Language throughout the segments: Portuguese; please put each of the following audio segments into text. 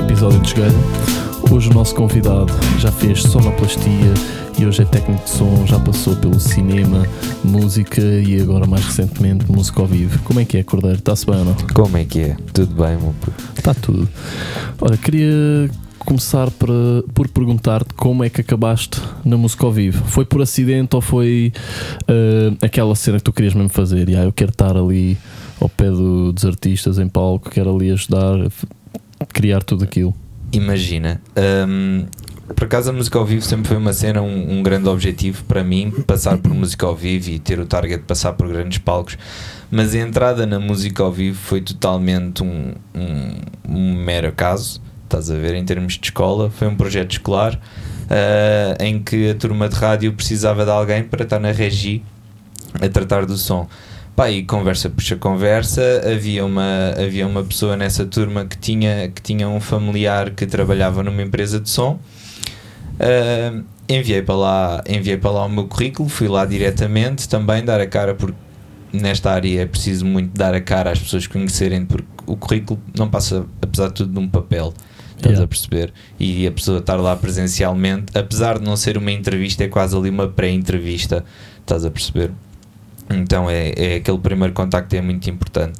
episódio de Jogueira. Hoje o nosso convidado já fez sonoplastia e hoje é técnico de som, já passou pelo cinema, música e agora mais recentemente música ao vivo. Como é que é, Cordeiro? Está-se bem ou não? Como é que é? Tudo bem, meu puto? Está tudo. Ora, queria começar por perguntar-te como é que acabaste na música ao vivo. Foi por acidente ou foi aquela cena que tu querias mesmo fazer? Eu quero estar ali ao pé dos artistas em palco, quero ali ajudar a criar tudo aquilo. Imagina, por acaso a música ao vivo sempre foi uma cena, um grande objetivo para mim, passar por música ao vivo e ter o target de passar por grandes palcos, mas a entrada na música ao vivo foi totalmente um mero acaso, estás a ver, em termos de escola. Foi um projeto escolar em que a turma de rádio precisava de alguém para estar na regi a tratar do som. Pá, e conversa puxa conversa, havia uma pessoa nessa turma que tinha um familiar que trabalhava numa empresa de som. Enviei para lá o meu currículo, fui lá diretamente também dar a cara, porque nesta área é preciso muito dar a cara às pessoas conhecerem, porque o currículo não passa, apesar de tudo, de um papel, estás a perceber? E a pessoa estar lá presencialmente, apesar de não ser uma entrevista, é quase ali uma pré-entrevista, estás a perceber? Então é aquele primeiro contacto, é muito importante.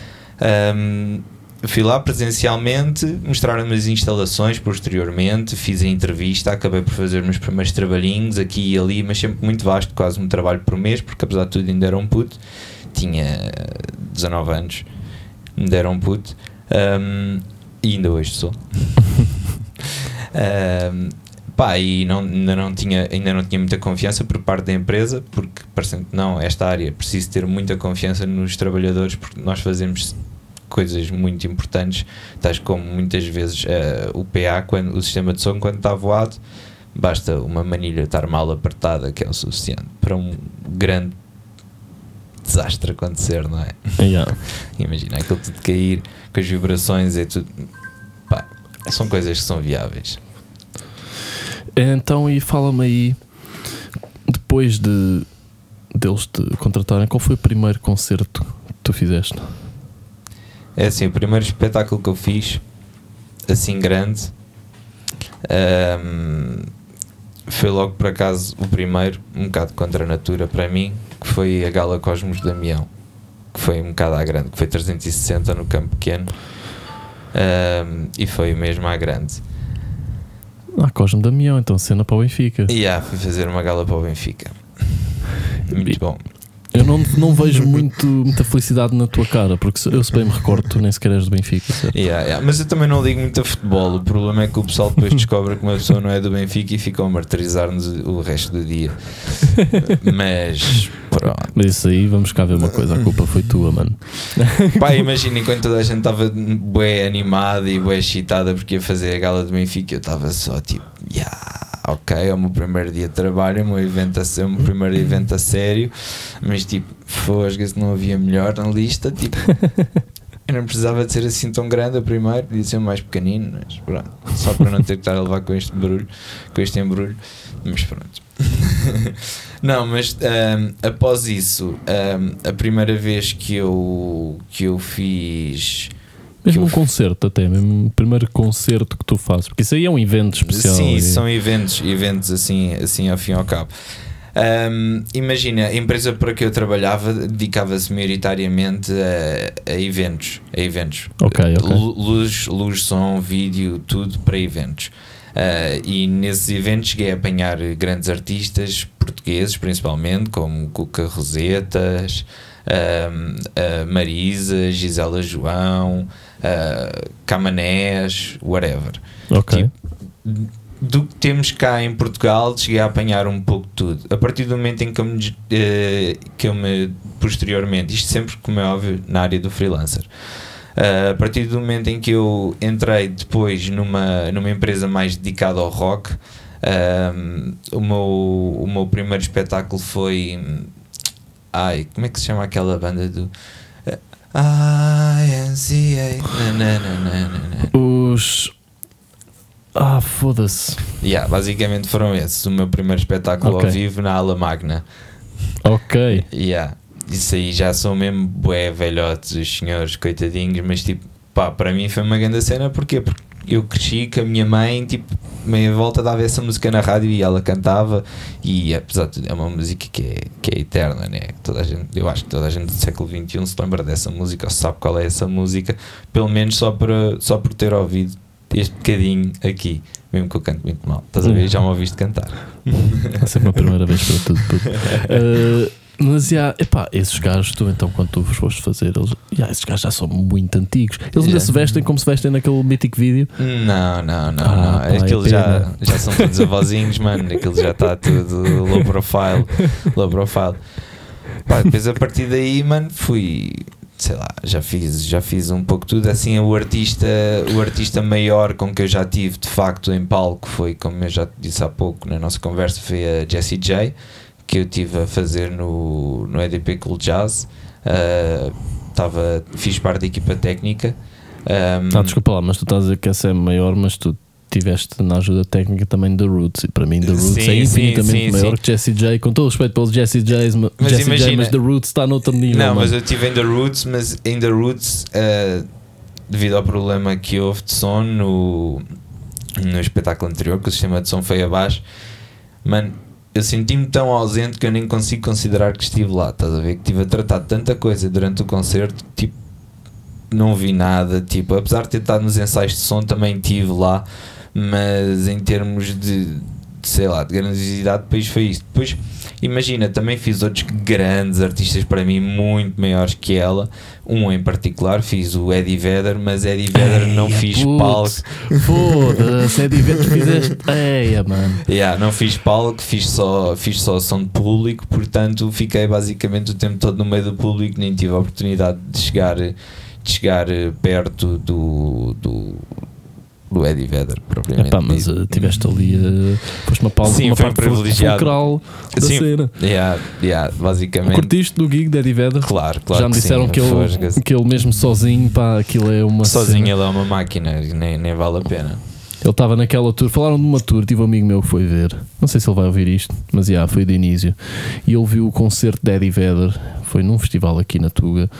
Fui lá presencialmente, mostraram-me as instalações posteriormente, fiz a entrevista, acabei por fazer meus primeiros trabalhinhos aqui e ali, mas sempre muito vasto, quase um trabalho por mês, porque apesar de tudo ainda era um puto, tinha 19 anos, ainda era um puto, e ainda hoje sou. Pá, e ainda não tinha muita confiança por parte da empresa, porque parecendo que não, esta área precisa ter muita confiança nos trabalhadores, porque nós fazemos coisas muito importantes, tais como muitas vezes o PA, o sistema de som, quando está voado, basta uma manilha estar mal apertada, que é o suficiente para um grande desastre acontecer, não é? Imagina aquilo tudo cair com as vibrações, é tudo, pá, são coisas que são viáveis. Então, e fala-me aí, depois deles te contratarem, qual foi o primeiro concerto que tu fizeste? É assim, o primeiro espetáculo que eu fiz, assim grande, foi logo por acaso o primeiro, um bocado contra a natura para mim, que foi a Gala Cosmos Damião, que foi um bocado à grande, que foi 360 no Campo Pequeno, e foi mesmo à grande. Cosme Damião, então cena para o Benfica. Fui fazer uma gala para o Benfica. Muito bom. Eu não vejo muita felicidade na tua cara, porque eu se bem me recordo, tu nem sequer és do Benfica, certo? Mas eu também não ligo muito a futebol. O problema é que o pessoal depois descobre que uma pessoa não é do Benfica e ficam a martirizar-nos o resto do dia. Mas pronto. Mas isso aí, vamos cá ver uma coisa, a culpa foi tua, mano. Pá, imagina, enquanto toda a gente estava bué animada e bué excitada porque ia fazer a gala do Benfica, eu estava só tipo, ok, é o meu primeiro dia de trabalho, o meu primeiro evento a sério, mas tipo, fosga, se não havia melhor na lista, tipo, eu não precisava de ser assim tão grande a primeiro, podia ser mais pequenino, mas pronto, só para não ter que estar a levar com este embrulho, mas pronto. Não, mas após isso, a primeira vez que eu fiz... Mesmo um concerto, até mesmo o primeiro concerto que tu fazes, porque isso aí é um evento especial. Sim, são eventos assim ao fim e ao cabo. Imagina, a empresa para que eu trabalhava dedicava-se maioritariamente a eventos. Ok. Luz, som, vídeo, tudo para eventos. E nesses eventos cheguei a apanhar grandes artistas portugueses, principalmente, como Cuca Rosetas, Marisa, Gisela João, Camanés, whatever. Ok. Tipo, do que temos cá em Portugal, cheguei a apanhar um pouco de tudo. A partir do momento em que eu me posteriormente, isto sempre, como é óbvio, na área do freelancer, a partir do momento em que eu entrei depois numa empresa mais dedicada ao rock, o meu primeiro espetáculo foi... como é que se chama aquela banda do... INCA... Os... foda-se. Basicamente foram esses. O meu primeiro espetáculo ao vivo na Ala Magna. Ok. Isso aí já são mesmo bué velhotes, os senhores, coitadinhos, mas tipo, pá, para mim foi uma grande cena. Porquê? Porque eu cresci com a minha mãe, tipo, meia volta dava essa música na rádio e ela cantava, e apesar de tudo é uma música que é eterna, né? Eu acho que toda a gente do século XXI se lembra dessa música, ou sabe qual é essa música, pelo menos só por ter ouvido este bocadinho aqui, mesmo que eu canto muito mal, estás a ver? Já me ouviste cantar. É sempre a primeira vez para tudo. Mas esses gajos, então quando tu foste fazer, esses gajos já são muito antigos. Eles ainda se vestem como se vestem naquele mítico vídeo? Não. Aquilo já são todos avózinhos, mano. Aquilo já está tudo low profile. Pá, depois a partir daí, mano, fui, sei lá, já fiz um pouco tudo. Assim, o artista maior com que eu já tive de facto em palco foi, como eu já te disse há pouco na nossa conversa, foi a Jessie J, que eu estive a fazer no EDP Cool Jazz. Fiz parte da equipa técnica. Desculpa lá, mas tu estás a dizer que essa é maior, mas tu tiveste na ajuda técnica também da Roots, e para mim The Roots é infinitamente maior que Jessie J, com todo o respeito pelos Jessie J's, mas The Roots está noutro nível. Não, mas eu estive em The Roots, mas em The Roots, devido ao problema que houve de som no espetáculo anterior, que o sistema de som foi abaixo, mano, eu senti-me tão ausente que eu nem consigo considerar que estive lá, estás a ver? Que estive a tratar de tanta coisa durante o concerto, tipo, não vi nada, tipo, apesar de ter estado nos ensaios de som, também estive lá, mas em termos de sei lá, de grandiosidade, depois foi isto. Depois, imagina, também fiz outros grandes artistas para mim, muito maiores que ela. Um em particular, fiz o Eddie Vedder, mas Eddie Vedder não fiz palco. Foda-se, Eddie Vedder fizeste. Mano. Não fiz palco, fiz só som de público, portanto fiquei basicamente o tempo todo no meio do público, nem tive a oportunidade de chegar perto do Eddie Vedder, propriamente. Mas tiveste ali, foste uma pausa, uma parte fulcral da cena. Basicamente. Curtiste do gig de Eddie Vedder? Claro. Já me disseram que ele mesmo sozinho, pá, aquilo é uma sozinho cena. Ele é uma máquina, nem vale a pena. Ele estava naquela tour, falaram de uma tour, tive um amigo meu que foi ver, não sei se ele vai ouvir isto, mas foi de início, e ele viu o concerto de Eddie Vedder, foi num festival aqui na Tuga,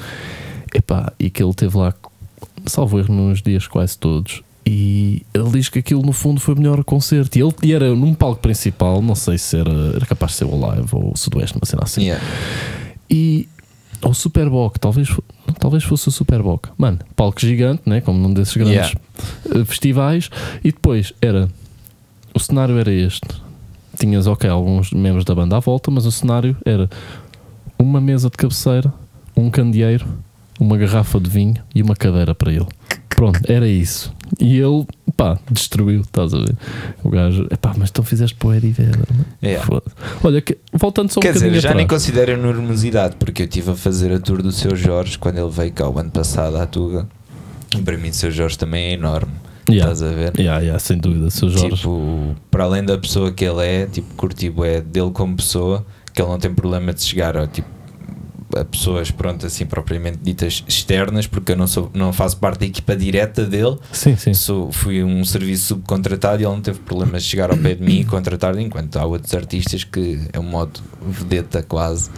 e que ele teve lá, salvo erro, nos dias quase todos. E ele diz que aquilo no fundo foi o melhor concerto. E era num palco principal, não sei se era capaz de ser o Live ou o Sudoeste, uma cena assim. E o Superboc, talvez fosse o Superboc. Mano, palco gigante, né? Como num desses grandes festivais. E depois o cenário era este. Tinhas alguns membros da banda à volta, mas o cenário era uma mesa de cabeceira, um candeeiro, uma garrafa de vinho e uma cadeira para ele. Pronto, era isso. E ele, destruiu, estás a ver? O gajo, mas então fizeste para o Eddie Vedder. Olha, voltando só um bocadinho atrás. Quer dizer, já nem considero enormosidade, porque eu estive a fazer a tour do Seu Jorge quando ele veio cá o ano passado à Tuga. E para mim o Seu Jorge também é enorme. Estás a ver? Sem dúvida, o Seu Jorge. Tipo, para além da pessoa que ele é, tipo, curti dele como pessoa, que ele não tem problema de chegar a pessoas, pronto, assim, propriamente ditas externas, porque eu não faço parte da equipa direta dele. Sim. Fui um serviço subcontratado e ele não teve problemas de chegar ao pé de mim e contratar, enquanto há outros artistas que é um modo vedeta quase.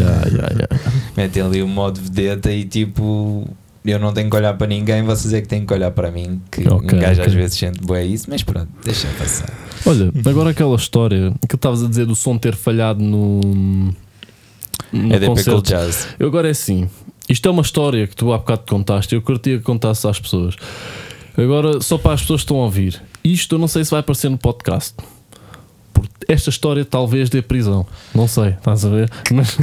Metem ali o modo vedeta e tipo, eu não tenho que olhar para ninguém, vocês é que têm que olhar para mim, que um gajo às vezes sente bué isso, mas pronto, deixa passar. Olha, agora aquela história que estavas a dizer do som ter falhado no EDP Cool Jazz. Eu agora é assim, isto é uma história que tu há bocado te contaste, eu curtia que contasse às pessoas. Agora, só para as pessoas que estão a ouvir, isto eu não sei se vai aparecer no podcast, porque esta história talvez dê prisão, não sei, estás a ver? Mas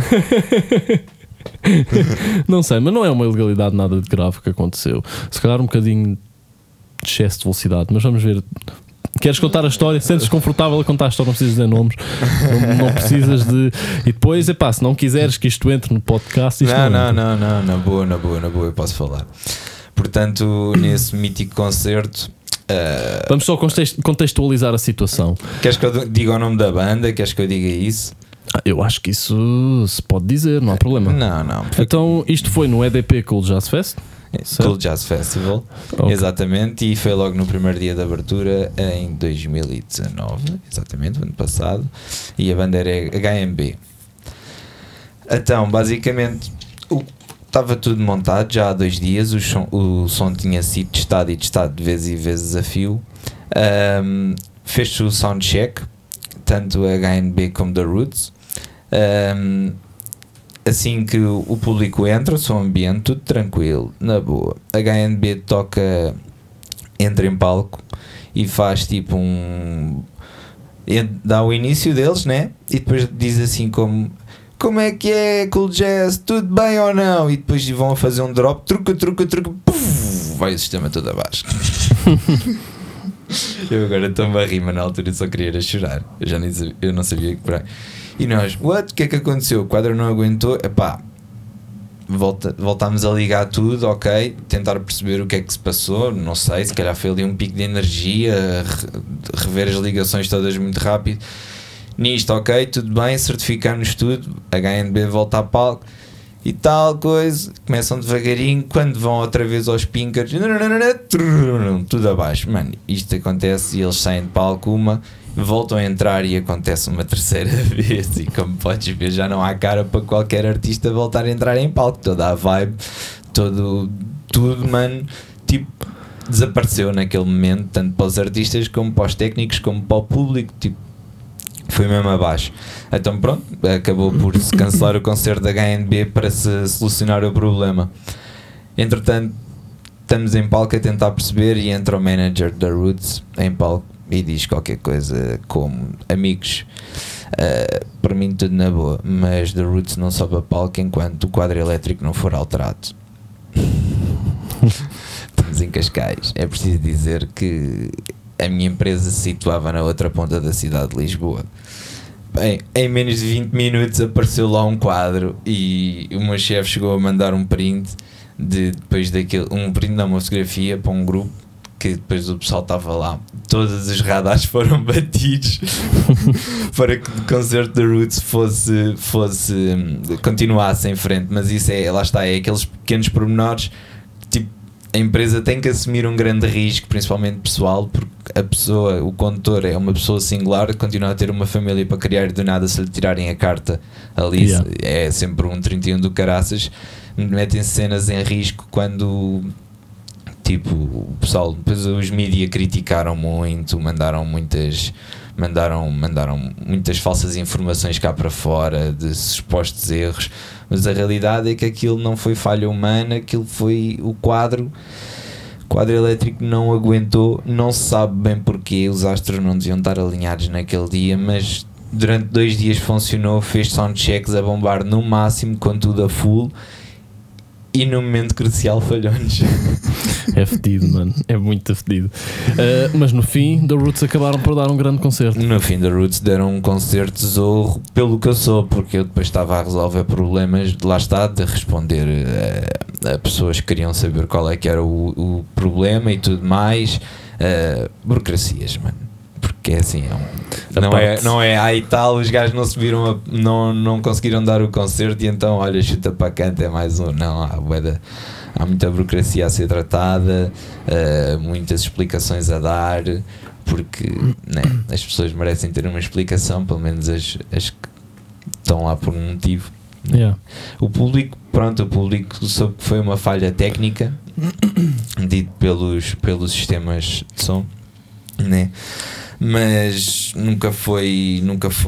não sei, mas não é uma ilegalidade nada de grave que aconteceu. Se calhar um bocadinho de excesso de velocidade, mas vamos ver. Queres contar a história? Sentes confortável a contar a história? Não precisas dizer nomes, não precisas de. E depois, se não quiseres que isto entre no podcast, isto não, na boa, eu posso falar. Portanto, nesse mítico concerto, vamos só contextualizar a situação. Queres que eu diga o nome da banda? Queres que eu diga isso? Eu acho que isso se pode dizer, não há problema. Não. Então, isto foi no EDP Cool Jazz Fest? Cool Jazz Festival, exatamente, e foi logo no primeiro dia de abertura em 2019, exatamente, ano passado, e a banda era HMB. Então, basicamente, estava tudo montado já há 2 dias, o som tinha sido testado e testado de vezes e vezes a fio. Fez-se o soundcheck, tanto a HNB como da Roots. Assim que o público entra, som ambiente, tudo tranquilo, na boa. A HNB entra em palco e faz tipo dá o início deles, né? E depois diz assim como é que é, Cool Jazz, tudo bem ou não? E depois vão a fazer um drop, truca, puf, vai o sistema todo abaixo. Eu agora estou-me a rir, mas na altura só queria ir a chorar. Eu não sabia que por aí. E nós, o que é que aconteceu? O quadro não aguentou, epá, voltámos a ligar tudo, ok, tentar perceber o que é que se passou, não sei, se calhar foi ali um pico de energia, rever as ligações todas muito rápido. Nisto, ok, tudo bem, certificamos tudo, a HNB volta a palco e tal coisa, começam devagarinho, quando vão outra vez aos pinkers, tudo abaixo, mano, isto acontece e eles saem de palco voltam a entrar e acontece uma terceira vez, e como podes ver já não há cara para qualquer artista voltar a entrar em palco, toda a vibe, tudo, mano, tipo, desapareceu naquele momento, tanto para os artistas como para os técnicos, como para o público, tipo, foi mesmo abaixo. Então pronto, acabou por se cancelar o concerto da HNB para se solucionar o problema. Entretanto, estamos em palco a tentar perceber e entra o manager da Roots em palco e diz qualquer coisa como: amigos, para mim tudo na boa, mas The Roots não sobe a palco enquanto o quadro elétrico não for alterado. Estamos em Cascais. É preciso dizer que a minha empresa se situava na outra ponta da cidade de Lisboa. Bem, em menos de 20 minutos apareceu lá um quadro e o meu chefe chegou a mandar um print depois daquele, uma fotografia para um grupo que depois o pessoal estava lá, todos os radares foram batidos para que o concerto da Roots continuasse em frente. Mas isso lá está, é aqueles pequenos pormenores, tipo, a empresa tem que assumir um grande risco, principalmente pessoal, porque o condutor é uma pessoa singular, continua a ter uma família para criar, do nada se lhe tirarem a carta ali, é sempre um 31 do caraças, metem cenas em risco quando, tipo, o pessoal, depois os mídia criticaram muito, mandaram muitas falsas informações cá para fora de supostos erros, mas a realidade é que aquilo não foi falha humana, aquilo foi o quadro elétrico não aguentou, não se sabe bem porquê, os astros não deviam estar alinhados naquele dia, mas durante 2 dias funcionou, fez soundchecks a bombar no máximo, com tudo a full, e no momento crucial falhou-nos. É fedido, mano, é muito fedido. Mas no fim, The Roots acabaram por dar um grande concerto. No fim, The Roots deram um concerto zorro, pelo que eu sou, porque eu depois estava a resolver problemas, lá está, de responder a pessoas que queriam saber qual é que era o problema e tudo mais. Burocracias, mano. Porque é assim, não é aí tal, os gajos não se viram, não conseguiram dar o concerto e então, olha, chuta para canto, é mais um. Não, há muita burocracia a ser tratada, muitas explicações a dar, porque, né, as pessoas merecem ter uma explicação, pelo menos as que estão lá por um motivo. Yeah. O público soube que foi uma falha técnica dito pelos sistemas de som, né? Mas nunca foi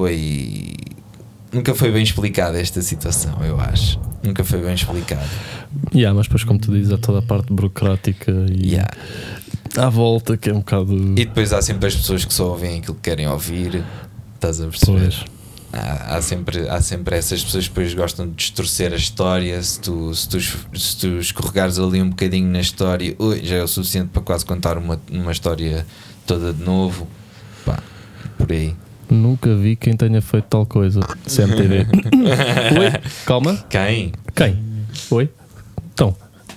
bem explicada esta situação, eu acho. Nunca foi bem explicado. Mas depois, como tu dizes, há toda a parte burocrática e à volta, que é um bocado. E depois há sempre as pessoas que só ouvem aquilo que querem ouvir. Estás a perceber? Há sempre essas pessoas que depois gostam de distorcer a história. Se tu escorregares ali um bocadinho na história, já é o suficiente para quase contar uma história toda de novo. Pá, por aí. Nunca vi quem tenha feito tal coisa. CMTV. Oi? Calma. Quem? Oi? Então.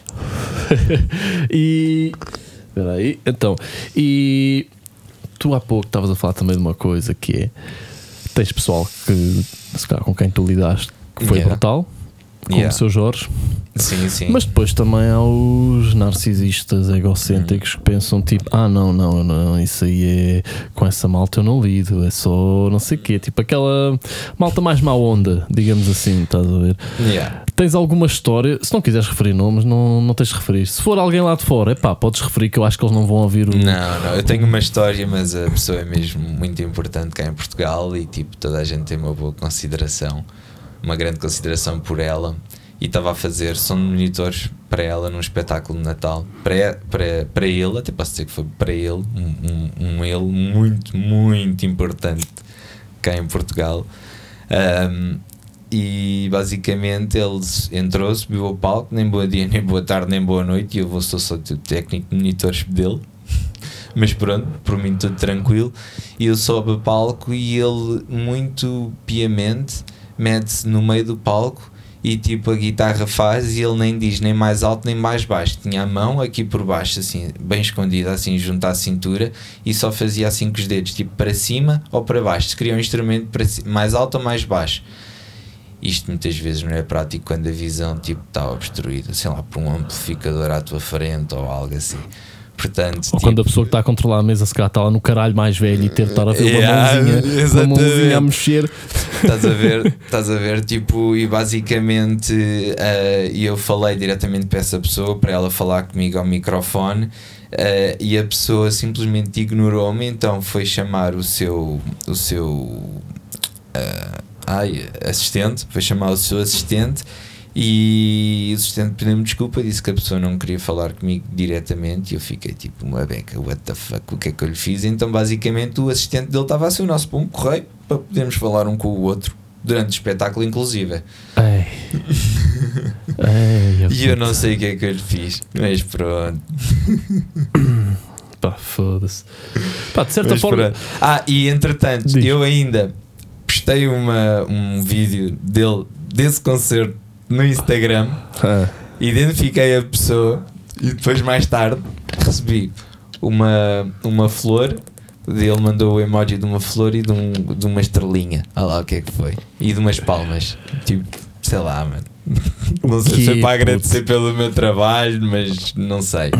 Espera aí. Então. E tu há pouco estavas a falar também de uma coisa que é: tens pessoal que, se calhar, com quem tu lidaste, que foi brutal, como o seu Jorge. Sim. Mas depois também há os narcisistas egocêntricos que pensam tipo, não, isso aí é com essa malta eu não lido, é só não sei o quê, tipo aquela malta mais má onda, digamos assim, estás a ver? Tens alguma história, se não quiseres referir nomes, não tens de referir. Se for alguém lá de fora, podes referir, que eu acho que eles não vão ouvir o... Não, eu tenho uma história, mas a pessoa é mesmo muito importante cá em Portugal e tipo, toda a gente tem uma boa consideração, uma grande consideração por ela. E estava a fazer som de monitores para ela num espetáculo de Natal. Para ele, até posso dizer que foi para ele, um ele muito, muito importante cá em Portugal. E basicamente ele entrou, subiu ao palco, nem boa dia, nem boa tarde, nem boa noite. E eu sou só o técnico de monitores dele. Mas pronto, por mim tudo tranquilo. E eu sobe ao palco e ele, muito piamente, mete-se no meio do palco. E tipo a guitarra faz e ele nem diz nem mais alto nem mais baixo, tinha a mão aqui por baixo assim, bem escondida assim junto à cintura, e só fazia assim com os dedos, tipo para cima ou para baixo, se queria um instrumento para mais alto ou mais baixo. Isto muitas vezes não é prático quando a visão tipo está obstruída, sei lá, por um amplificador à tua frente ou algo assim. Portanto, ou tipo, quando a pessoa que está a controlar a mesa se calhar está lá no caralho mais velho e ter de estar a ver uma mãozinha a mexer. Estás a ver, tipo, e basicamente eu falei diretamente para essa pessoa, para ela falar comigo ao microfone, e a pessoa simplesmente ignorou-me, então foi chamar o seu assistente, foi chamar o seu assistente. E o assistente pediu-me desculpa, disse que a pessoa não queria falar comigo diretamente e eu fiquei tipo uma beca, what the fuck, o que é que eu lhe fiz? Então basicamente o assistente dele estava a ser o nosso bom correio para podermos falar um com o outro durante o espetáculo inclusive. E eu não sei o que é que eu lhe fiz, mas pronto. Foda-se. De certa forma. E entretanto eu ainda postei um vídeo desse concerto no Instagram, identifiquei a pessoa e depois mais tarde recebi uma flor, ele mandou o emoji de uma flor e de uma estrelinha, olha lá o que é que foi, e de umas palmas, tipo, sei lá, mano. Não sei se foi para agradecer pelo meu trabalho, mas não sei.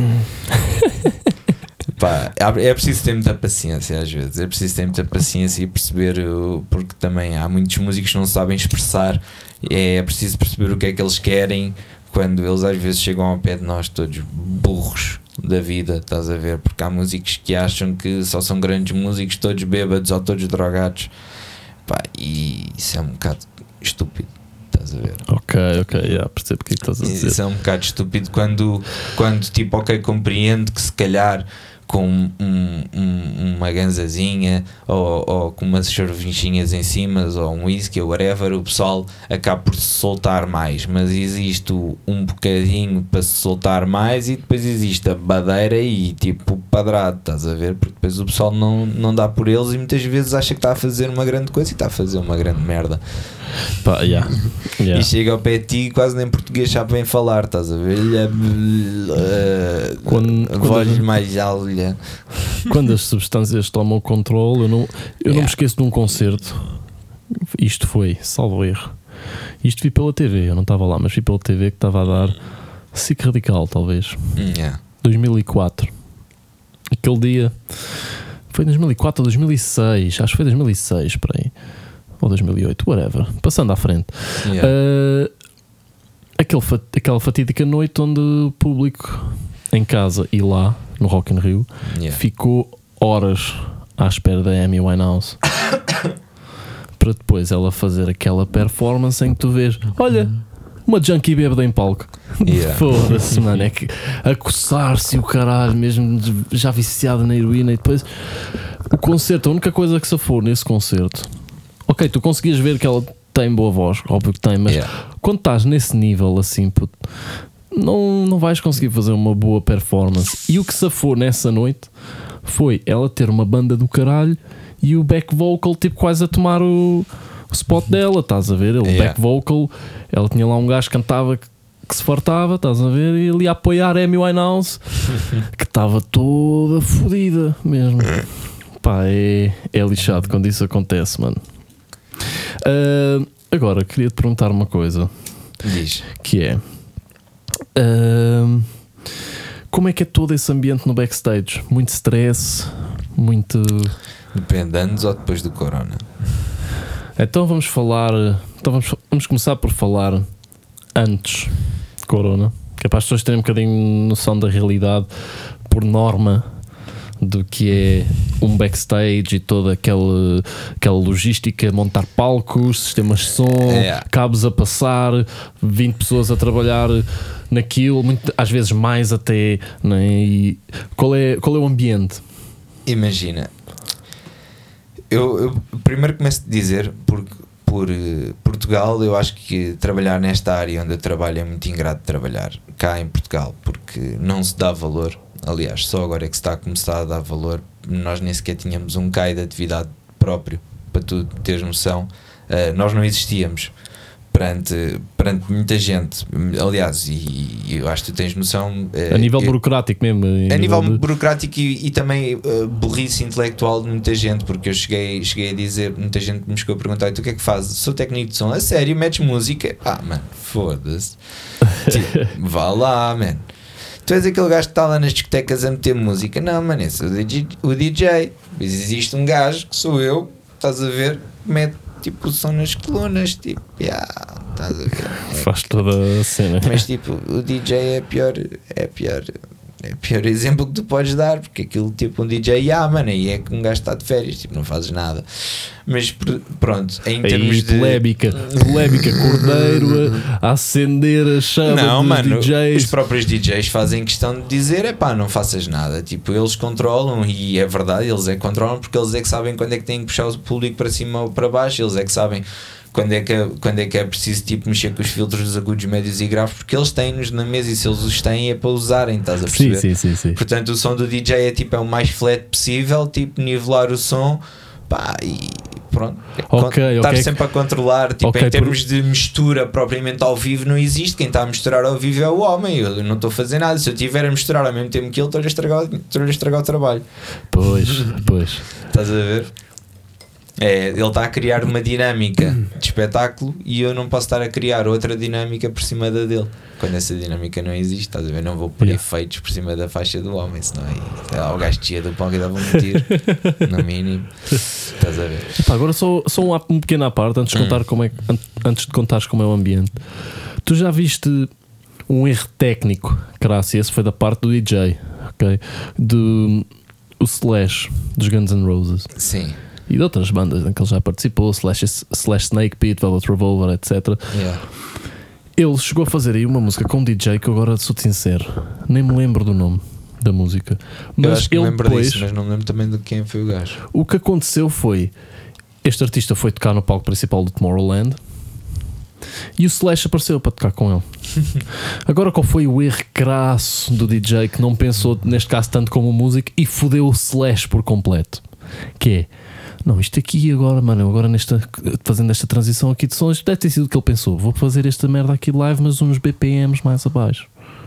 É preciso ter muita paciência às vezes, é preciso ter muita paciência e perceber, porque também há muitos músicos que não sabem expressar, é preciso perceber o que é que eles querem quando eles às vezes chegam ao pé de nós todos burros da vida, estás a ver, porque há músicos que acham que só são grandes músicos todos bêbados ou todos drogados, e isso é um bocado estúpido. Estás a ver? Ok, percebo o que estás a dizer. Isso é um bocado estúpido quando tipo, compreendo que se calhar com uma ganzazinha ou com umas cervejinhas em cima ou um whisky ou whatever, o pessoal acaba por se soltar mais, mas existe um bocadinho para se soltar mais e depois existe a badeira e tipo o padrado, estás a ver? Porque depois o pessoal não dá por eles e muitas vezes acha que está a fazer uma grande coisa e está a fazer uma grande merda. E chega ao pé de ti e quase nem português sabe bem falar, estás a ver? Voz mais alta. Quando as substâncias tomam o controle, eu não me esqueço de um concerto. Isto foi, salvo erro. Isto vi pela TV, eu não estava lá, mas vi pela TV que estava a dar SIC Radical, talvez. 2004. Aquele dia foi 2004 ou 2006, acho que foi 2006, por aí. Ou 2008, whatever, passando à frente. Aquela fatídica noite onde o público em casa e lá no Rock in Rio ficou horas à espera da Amy Winehouse para depois ela fazer aquela performance em que tu vês, olha, uma junkie bêbada em palco. Foda-se, mano, é que a coçar-se o caralho, mesmo já viciada na heroína. E depois o concerto, a única coisa que se for nesse concerto, ok, tu conseguias ver que ela tem boa voz, óbvio que tem, mas quando estás nesse nível assim, puto, não vais conseguir fazer uma boa performance. E o que se for nessa noite foi ela ter uma banda do caralho e o back vocal tipo quase a tomar o spot dela, estás a ver? O back vocal, ela tinha lá um gajo que cantava que se fartava, estás a ver? E ele ia apoiar a Amy Winehouse que estava toda fodida mesmo. É lixado quando isso acontece, mano. Agora, queria-te perguntar uma coisa. Diz. Que é como é que é todo esse ambiente no backstage? Muito stress, muito... Depende, antes ou depois do corona. Então vamos falar. Então vamos começar por falar antes de corona, que é para as pessoas terem um bocadinho noção da realidade, por norma, do que é um backstage e toda aquela logística, montar palcos, sistemas de som, cabos a passar, 20 pessoas a trabalhar naquilo, às vezes mais até, né? E qual é o ambiente? Imagina, eu primeiro começo a dizer, porque por Portugal eu acho que trabalhar nesta área onde eu trabalho é muito ingrato de trabalhar cá em Portugal, porque não se dá valor. Aliás, só agora é que se está a começar a dar valor. Nós nem sequer tínhamos um CAI de atividade próprio, para tu teres noção. Nós não existíamos perante muita gente. Aliás, e eu acho que tu tens noção a nível burocrático mesmo, a nível burocrático e também burrice intelectual de muita gente, porque eu cheguei a dizer, muita gente me chegou a perguntar: e tu o que é que fazes? Sou técnico de som. A sério? Metes música? Mano, foda-se. Tipo, vá lá, man. Tu és aquele gajo que está lá nas discotecas a meter música? Não, mano, esse é o DJ. Mas existe um gajo que sou eu, estás a ver, mete tipo o som nas colunas, tipo, estás a ver? Faz toda a cena. Mas tipo, o DJ é pior exemplo que tu podes dar, porque aquilo tipo um DJ, mano, aí é que um gajo está de férias, tipo, não fazes nada. Mas pronto, em termos de polémica Cordeiro a acender a chama não, dos mano, DJs. os próprios DJs fazem questão de dizer, não faças nada, tipo, eles controlam, e é verdade, eles é que controlam, porque eles é que sabem quando é que têm que puxar o público para cima ou para baixo, eles é que sabem quando é que é preciso tipo mexer com os filtros dos agudos, médios e graves, porque eles têm-nos na mesa, e se eles os têm é para usarem, estás a perceber? Sim. Portanto, o som do DJ é o mais flat possível, tipo, nivelar o som, e pronto, estar sempre a controlar, tipo, em termos de mistura propriamente ao vivo não existe. Quem está a misturar ao vivo é o homem, eu não estou a fazer nada. Se eu estiver a misturar ao mesmo tempo que ele, estou-lhe a estragar o trabalho. Pois estás a ver? Ele está a criar uma dinâmica de espetáculo e eu não posso estar a criar outra dinâmica por cima da dele. Quando essa dinâmica não existe, estás a ver? Não vou pôr efeitos por cima da faixa do homem, senão o gajo tinha do pão que dava um tiro, no mínimo. Estás a ver? Agora só um pequeno à parte, antes de contares como é o ambiente. Tu já viste um erro técnico, crasso, esse foi da parte do DJ, ok? O Slash dos Guns N' Roses. Sim. E de outras bandas em que ele já participou, Slash Snake Pit, Velvet Revolver, etc. Ele chegou a fazer aí uma música com um DJ que eu agora sou sincero, nem me lembro do nome da música. Mas eu acho que ele lembro depois, disso, mas não me lembro também de quem foi o gajo. O que aconteceu foi, este artista foi tocar no palco principal do Tomorrowland e o Slash apareceu para tocar com ele. Agora, qual foi o erro crasso do DJ que não pensou, neste caso, tanto como o músico e fodeu o Slash por completo? Que é, não, isto aqui agora, mano, agora fazendo esta transição aqui de sons, deve ter sido o que ele pensou. Vou fazer esta merda aqui live, mas uns BPMs mais abaixo.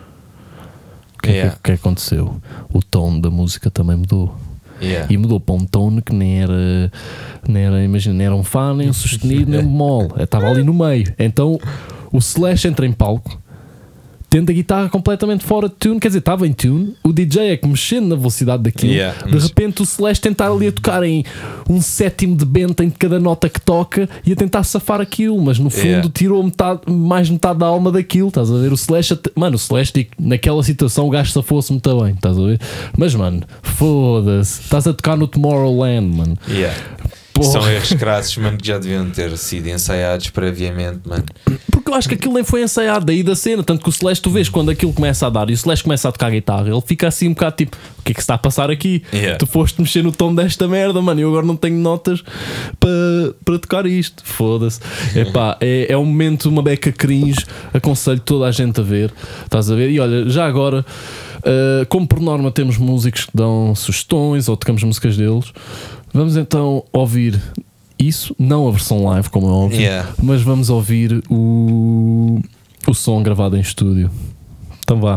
O que aconteceu? O tom da música também mudou. E mudou para um tom que nem era, imagina, nem era um Fá, nem um sustenido, nem um mol. Estava ali no meio. Então o Slash entra em palco, tendo a guitarra completamente fora de tune, quer dizer, estava em tune, o DJ é que mexendo na velocidade daquilo, de repente o Slash tentar ali a tocar em um sétimo de benta em cada nota que toca e a tentar safar aquilo, mas no fundo tirou mais metade da alma daquilo, estás a ver? O Slash, naquela situação o gajo safou-se muito bem, estás a ver? Mas mano, foda-se, estás a tocar no Tomorrowland, mano. São erros crassos, mano, que já deviam ter sido ensaiados previamente, mano. Porque eu acho que aquilo nem foi ensaiado daí da cena. Tanto que o Slash, tu vês quando aquilo começa a dar e o Slash começa a tocar a guitarra, ele fica assim um bocado tipo: o que é que se está a passar aqui? Tu foste mexer no tom desta merda, mano, e eu agora não tenho notas para tocar isto. Foda-se. É um momento, uma beca cringe. Aconselho toda a gente a ver. Estás a ver? E olha, já agora, como por norma temos músicos que dão sugestões ou tocamos músicas deles, vamos então ouvir isso, não a versão live, como é óbvio, mas vamos ouvir o som gravado em estúdio. Então vá.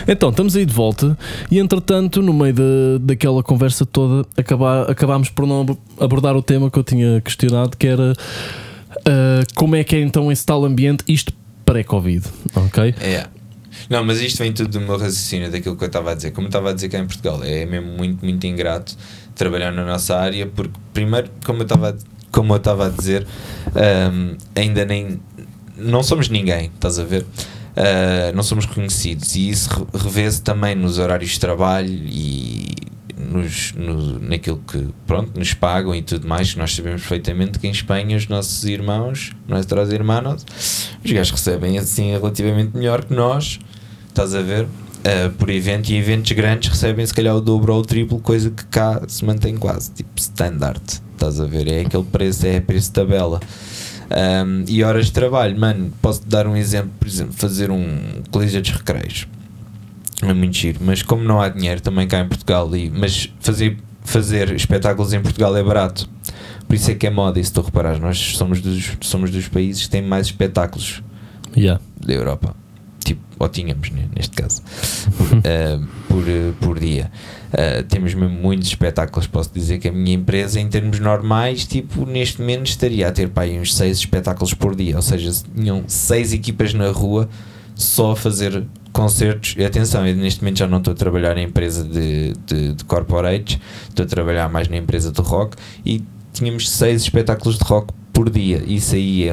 Então, estamos aí de volta e entretanto, no meio daquela conversa toda, acabámos por não abordar o tema que eu tinha questionado, que era como é que é então esse tal ambiente, isto pré-Covid, ok? Não, mas isto vem tudo do meu raciocínio, daquilo que eu estava a dizer. Como eu estava a dizer cá em Portugal, é mesmo muito, muito ingrato trabalhar na nossa área, porque primeiro, como eu estava a dizer, ainda não somos ninguém, estás a ver? Não somos reconhecidos, e isso revê-se também nos horários de trabalho e naquilo que, pronto, nos pagam e tudo mais. Nós sabemos perfeitamente que em Espanha os nossos irmãos, nossos irmãos, os gajos recebem assim relativamente melhor que nós, estás a ver? Por evento, e eventos grandes recebem se calhar o dobro ou o triplo, coisa que cá se mantém quase tipo standard, estás a ver? É aquele preço, é preço de tabela. E horas de trabalho, mano, posso-te dar um exemplo, por exemplo, fazer um coliseu de recreios é muito giro, mas como não há dinheiro também cá em Portugal, mas fazer espetáculos em Portugal é barato, por isso é que é moda, e se tu reparares, nós somos dos países que têm mais espetáculos da Europa, tipo, ou tínhamos, né, neste caso, por dia. Temos mesmo muitos espetáculos. Posso dizer que a minha empresa, em termos normais, tipo, neste momento estaria a ter uns 6 espetáculos por dia, ou seja, tinham 6 equipas na rua só a fazer concertos. E atenção, eu neste momento já não estou a trabalhar em empresa de corporates, estou a trabalhar mais na empresa de rock, e tínhamos 6 espetáculos de rock por dia. Isso aí é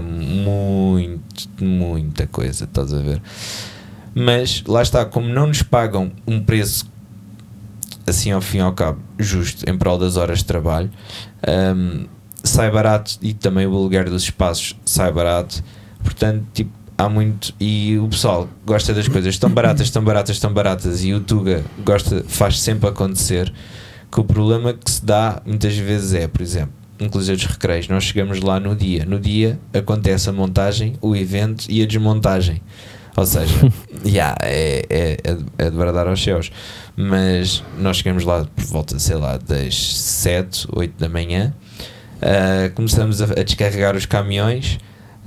muita coisa, estás a ver? Mas lá está, como não nos pagam um preço assim ao fim e ao cabo justo em prol das horas de trabalho, sai barato, e também o aluguer dos espaços sai barato. Portanto, tipo, há muito, e o pessoal gosta das coisas tão baratas, e o Tuga faz sempre acontecer. Que o problema que se dá muitas vezes é, por exemplo, um coliseu dos recreios, nós chegamos lá no dia acontece a montagem, o evento e a desmontagem, ou seja, é de bradar aos céus. Mas nós chegamos lá por volta, sei lá, das 7, 8 da manhã, começamos a descarregar os caminhões,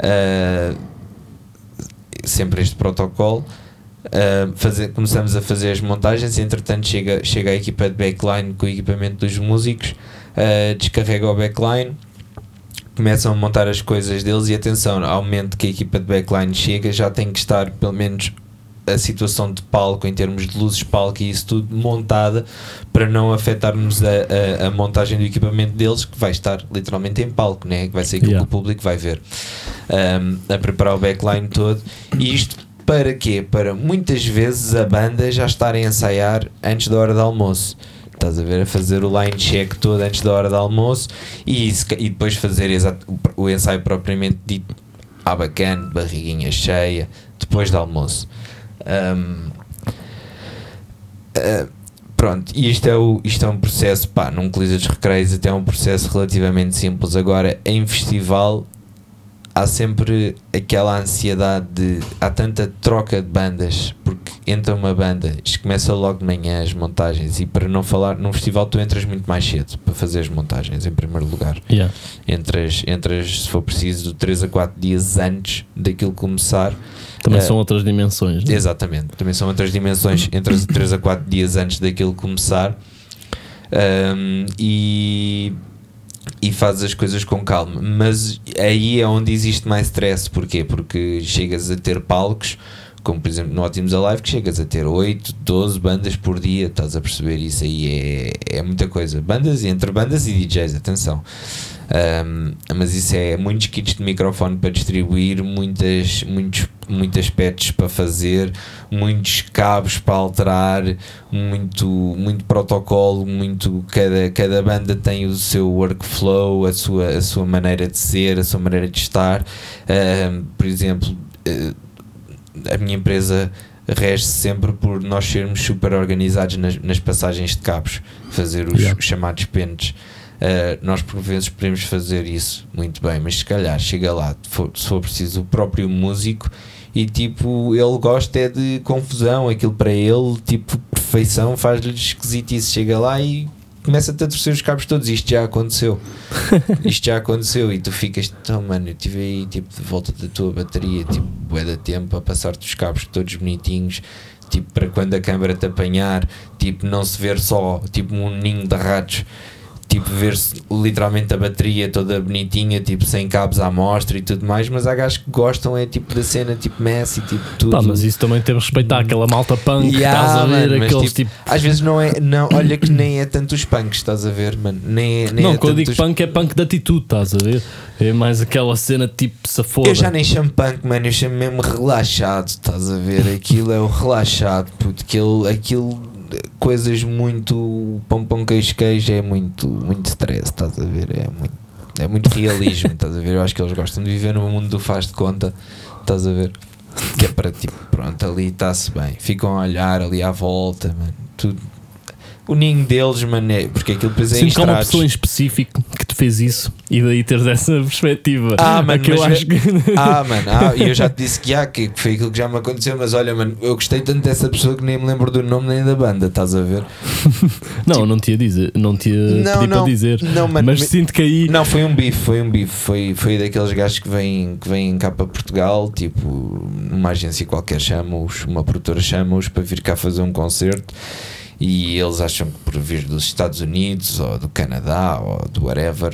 sempre este protocolo, começamos a fazer as montagens, e entretanto chega a equipa de backline com o equipamento dos músicos, descarrega o backline, começam a montar as coisas deles, e atenção, ao momento que a equipa de backline chega, já tem que estar pelo menos a situação de palco, em termos de luzes, palco e isso tudo montada, para não afetarmos a montagem do equipamento deles, que vai estar literalmente em palco, né? Que vai ser aquilo que o público vai ver, a preparar o backline todo. E isto para quê? Para muitas vezes a banda já estar a ensaiar antes da hora do almoço. Estás a ver? A fazer o line check todo antes da hora do almoço, e depois fazer o ensaio propriamente dito à bacana, barriguinha cheia, depois do almoço. Pronto, e isto é um processo, num coliseu de recreios até é um processo relativamente simples. Agora, em festival há sempre aquela ansiedade há tanta troca de bandas, porque entra uma banda, isto começa logo de manhã as montagens, e para não falar, num festival tu entras muito mais cedo para fazer as montagens, em primeiro lugar. Entras, se for preciso, 3 a 4 dias antes daquilo começar. Também são outras dimensões, não é? Exatamente, também são outras dimensões. Entras 3 a 4 dias antes daquilo começar, e fazes as coisas com calma, mas aí é onde existe mais stress. Porquê? Porque chegas a ter palcos, como por exemplo no Ótimos Alive, que chegas a ter 8, 12 bandas por dia, estás a perceber? Isso aí é muita coisa, bandas, e entre bandas e DJs, atenção. Mas isso é muitos kits de microfone para distribuir, muitas patches para fazer, muitos cabos para alterar, muito protocolo, cada banda tem o seu workflow, a sua maneira de ser, a sua maneira de estar. Por exemplo, a minha empresa rege sempre por nós sermos super organizados nas passagens de cabos, fazer os chamados pentes. Nós por vezes podemos fazer isso muito bem, mas se calhar chega lá, se for preciso, o próprio músico, e tipo, ele gosta de confusão, aquilo para ele, tipo, perfeição, faz-lhe esquisitice. Chega lá e começa-te a torcer os cabos todos. Isto já aconteceu e tu ficas, então mano, eu estive aí tipo de volta da tua bateria, tipo, bué da tempo a passar-te os cabos todos bonitinhos, tipo, para quando a câmara te apanhar, tipo, não se ver só, tipo, um ninho de ratos, tipo, ver-se literalmente a bateria toda bonitinha, tipo, sem cabos à mostra e tudo mais, mas há gajos que gostam, é tipo da cena, tipo Messi, tipo tudo. Pá, mas isso também temos de respeitar aquela malta punk, estás a ver, mano, aqueles tipo, às vezes não é, não, olha que nem é tanto os punks, estás a ver, mano, nem não, é quando eu digo os... punk é punk de atitude, estás a ver? É mais aquela cena tipo safoda. Eu já nem chamo punk, mano, eu chamo mesmo relaxado, estás a ver, aquilo é o relaxado, puto, aquilo coisas muito pão queijo é muito stress, estás a ver, é muito realismo, estás a ver, eu acho que eles gostam de viver no mundo do faz de conta, estás a ver, que é para tipo, pronto, ali está-se bem, ficam a olhar ali à volta, mano, tudo. O ninho deles, mano, é porque aquilo depois é Sim, que há uma estratos. pessoa em específico que te fez isso e daí teres essa perspectiva. Mano, que eu acho que... e eu já te disse que foi aquilo que já me aconteceu, mas olha, mano, eu gostei tanto dessa pessoa que nem me lembro do nome nem da banda, estás a ver? Não, tipo, não te ia dizer, não te ia pedir para dizer, não, mano, mas sinto que aí... Não, foi um bife, foi daqueles gajos que vêm cá para Portugal, tipo, uma agência qualquer chama-os, uma produtora chama-os para vir cá fazer um concerto. E eles acham que por vir dos Estados Unidos ou do Canadá ou do whatever,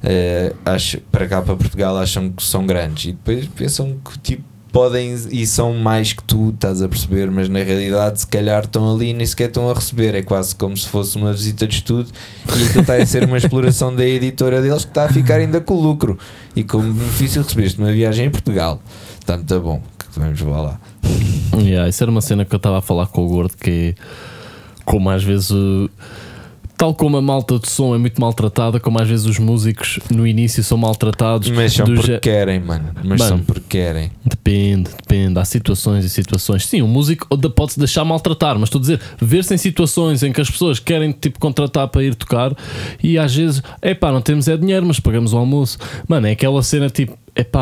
para cá para Portugal acham que são grandes e depois pensam que tipo podem e são mais que tu, estás a perceber, mas na realidade se calhar estão ali e nem sequer estão a receber, é quase como se fosse uma visita de estudo e aquilo está a ser uma exploração da editora deles que está a ficar ainda com lucro e como benefício recebeste uma viagem em Portugal, está muito bom, que vamos lá. Isso era uma cena que eu estava a falar com o Gordo, que é como às vezes, tal como a malta de som é muito maltratada, como às vezes os músicos no início são maltratados. Mas são porque querem, mano. São porque querem. Depende. Há situações e situações. Sim, o músico pode-se deixar maltratar, mas estou a dizer, ver-se em situações em que as pessoas querem tipo contratar para ir tocar e às vezes, não temos dinheiro, mas pagamos o almoço. Mano, é aquela cena tipo,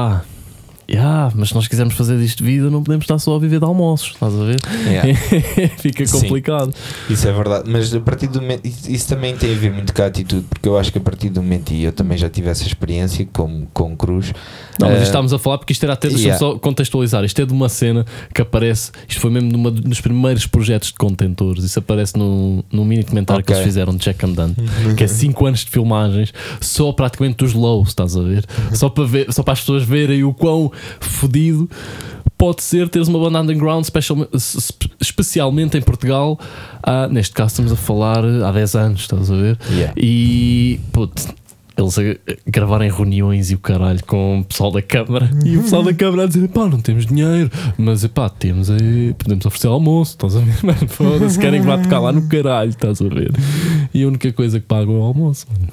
mas se nós quisermos fazer disto de vida, não podemos estar só a viver de almoços, estás a ver? Fica complicado. Sim, isso é verdade, mas a partir do momento, isso também tem a ver muito com a atitude, porque eu acho que a partir do momento, e eu também já tive essa experiência com Cruz. Não, mas estávamos a falar porque isto era até, deixa-me só contextualizar, isto é de uma cena que aparece, isto foi mesmo nos primeiros projetos de contentores, isso aparece no mini comentário que eles fizeram de Jack and Dan, que é 5 anos de filmagens, só praticamente dos lows, estás a ver? Só para as pessoas verem o quão fodido pode ser teres uma banda underground, especialmente em Portugal. Neste caso estamos a falar há 10 anos, estás a ver? E eles a gravarem reuniões e o caralho com o pessoal da Câmara e o pessoal da Câmara a dizer não temos dinheiro, mas temos podemos oferecer almoço, estás a ver? Mano, foda-se, querem que vá tocar lá no caralho, estás a ver? E a única coisa que pagam é o almoço, mano.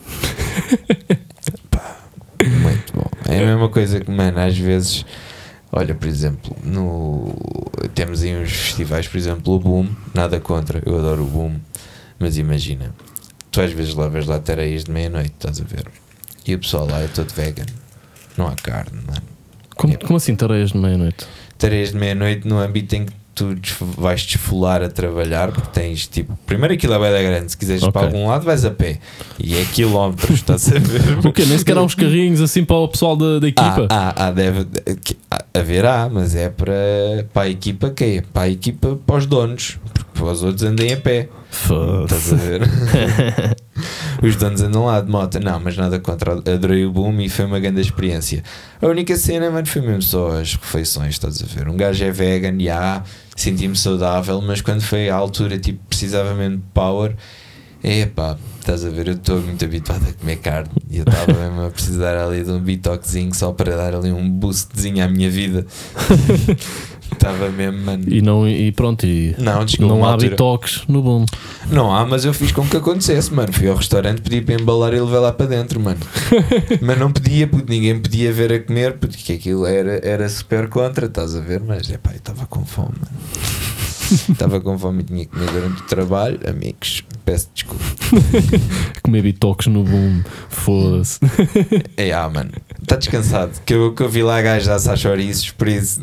Muito bom. É a mesma coisa que, mano, às vezes, olha, por exemplo, temos aí uns festivais, por exemplo, o Boom, nada contra, eu adoro o Boom, mas imagina, tu às vezes levas lá tareias de meia-noite, estás a ver? E o pessoal lá é todo vegan, não há carne, mano. Como assim tareias de meia-noite? Tareias de meia-noite no âmbito em que tu vais desfolar a trabalhar, porque tens tipo, primeiro aquilo é bem grande, se quiseres ir para algum lado vais a pé e é quilómetros, estás a ver? O quê? Nem sequer há uns carrinhos assim para o pessoal da equipa? Deve haver, mas é para a equipa que é? Para a equipa, para os donos, porque para os outros andem a pé. Estás a ver? Os donos andam lá de moto. Não, mas nada contra, adorei o Boom e foi uma grande experiência. A única cena, mano, foi mesmo só as refeições, estás a ver? Um gajo é vegan, senti-me saudável, mas quando foi à altura, tipo, precisava mesmo de power, estás a ver, eu estou muito habituado a comer carne e eu estava mesmo a precisar ali de um bitoquezinho só para dar ali um boostzinho à minha vida. Estava mesmo, mano. Não há bitoques no Boom. Não há, mas eu fiz com que acontecesse, mano. Fui ao restaurante, pedi para embalar e levei lá para dentro, mano. Mas não podia, porque ninguém podia ver a comer, porque aquilo era super contra, estás a ver? Mas eu estava com fome, mano. Estava com fome e tinha que comer durante o trabalho, amigos. peço desculpa. Comer bitoques no boom, foda-se. Mano, está descansado. Que eu vi lá gajos a assar chouriços, por isso.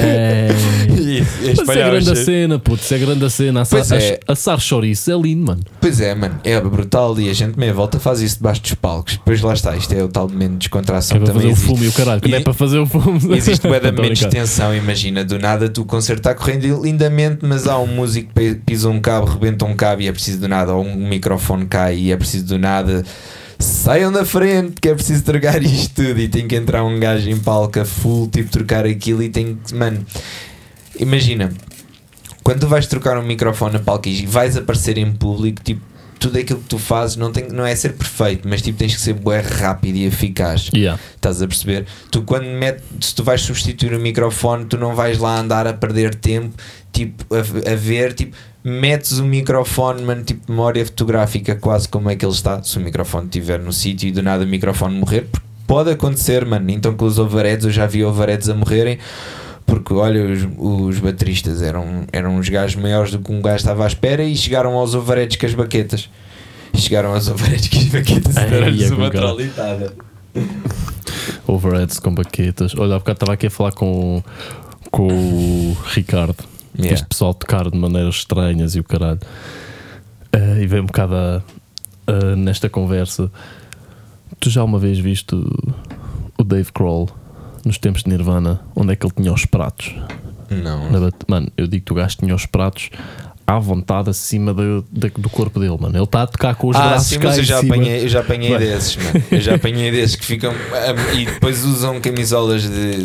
Mas é grande a cena, puto, isso é grande a cena. Assar chouriço é lindo, mano. Pois é, mano, é brutal. E a gente meia volta faz isso debaixo dos palcos. Depois lá está, isto é o tal momento de descontração. É para também fazer o fumo e o caralho, quando é para fazer o fumo. Existe bué da menos tensão, imagina, do nada tu o concerto está correndo lindamente, mas há um músico que pisa um cabo, rebenta um cabo e é preciso do nada, ou um microfone cai e é preciso do nada, saiam da frente que é preciso trocar isto tudo, e tem que entrar um gajo em palco a full, tipo, trocar aquilo, e tem que, mano, imagina, quando tu vais trocar um microfone na palco e vais aparecer em público, tipo, tudo aquilo que tu fazes não é ser perfeito, mas tipo, tens que ser bué rápido e eficaz. Estás a perceber? Tu quando se tu vais substituir o microfone, tu não vais lá andar a perder tempo, tipo, a ver, tipo, metes o microfone, mano, tipo, memória fotográfica, quase como é que ele está, se o microfone estiver no sítio e do nada o microfone morrer, porque pode acontecer, mano. Então com os overheads, eu já vi overheads a morrerem, porque olha, os bateristas eram uns gajos maiores do que um gajo estava à espera, e chegaram aos overheads com as baquetas. Deram-lhes uma trolitada. Overheads com baquetas. Olha, há bocado estava aqui a falar com o Ricardo. Este pessoal tocar de maneiras estranhas e o caralho. E veio um bocado nesta conversa. Tu já uma vez viste o Dave Grohl nos tempos de Nirvana, onde é que ele tinha os pratos? Não. Mano, eu digo que o gajo tinha os pratos à vontade acima do corpo dele, mano. Ele está a tocar com os braços sim, cá mas em cima. Eu já apanhei desses, mano. Eu já apanhei desses que ficam e depois usam camisolas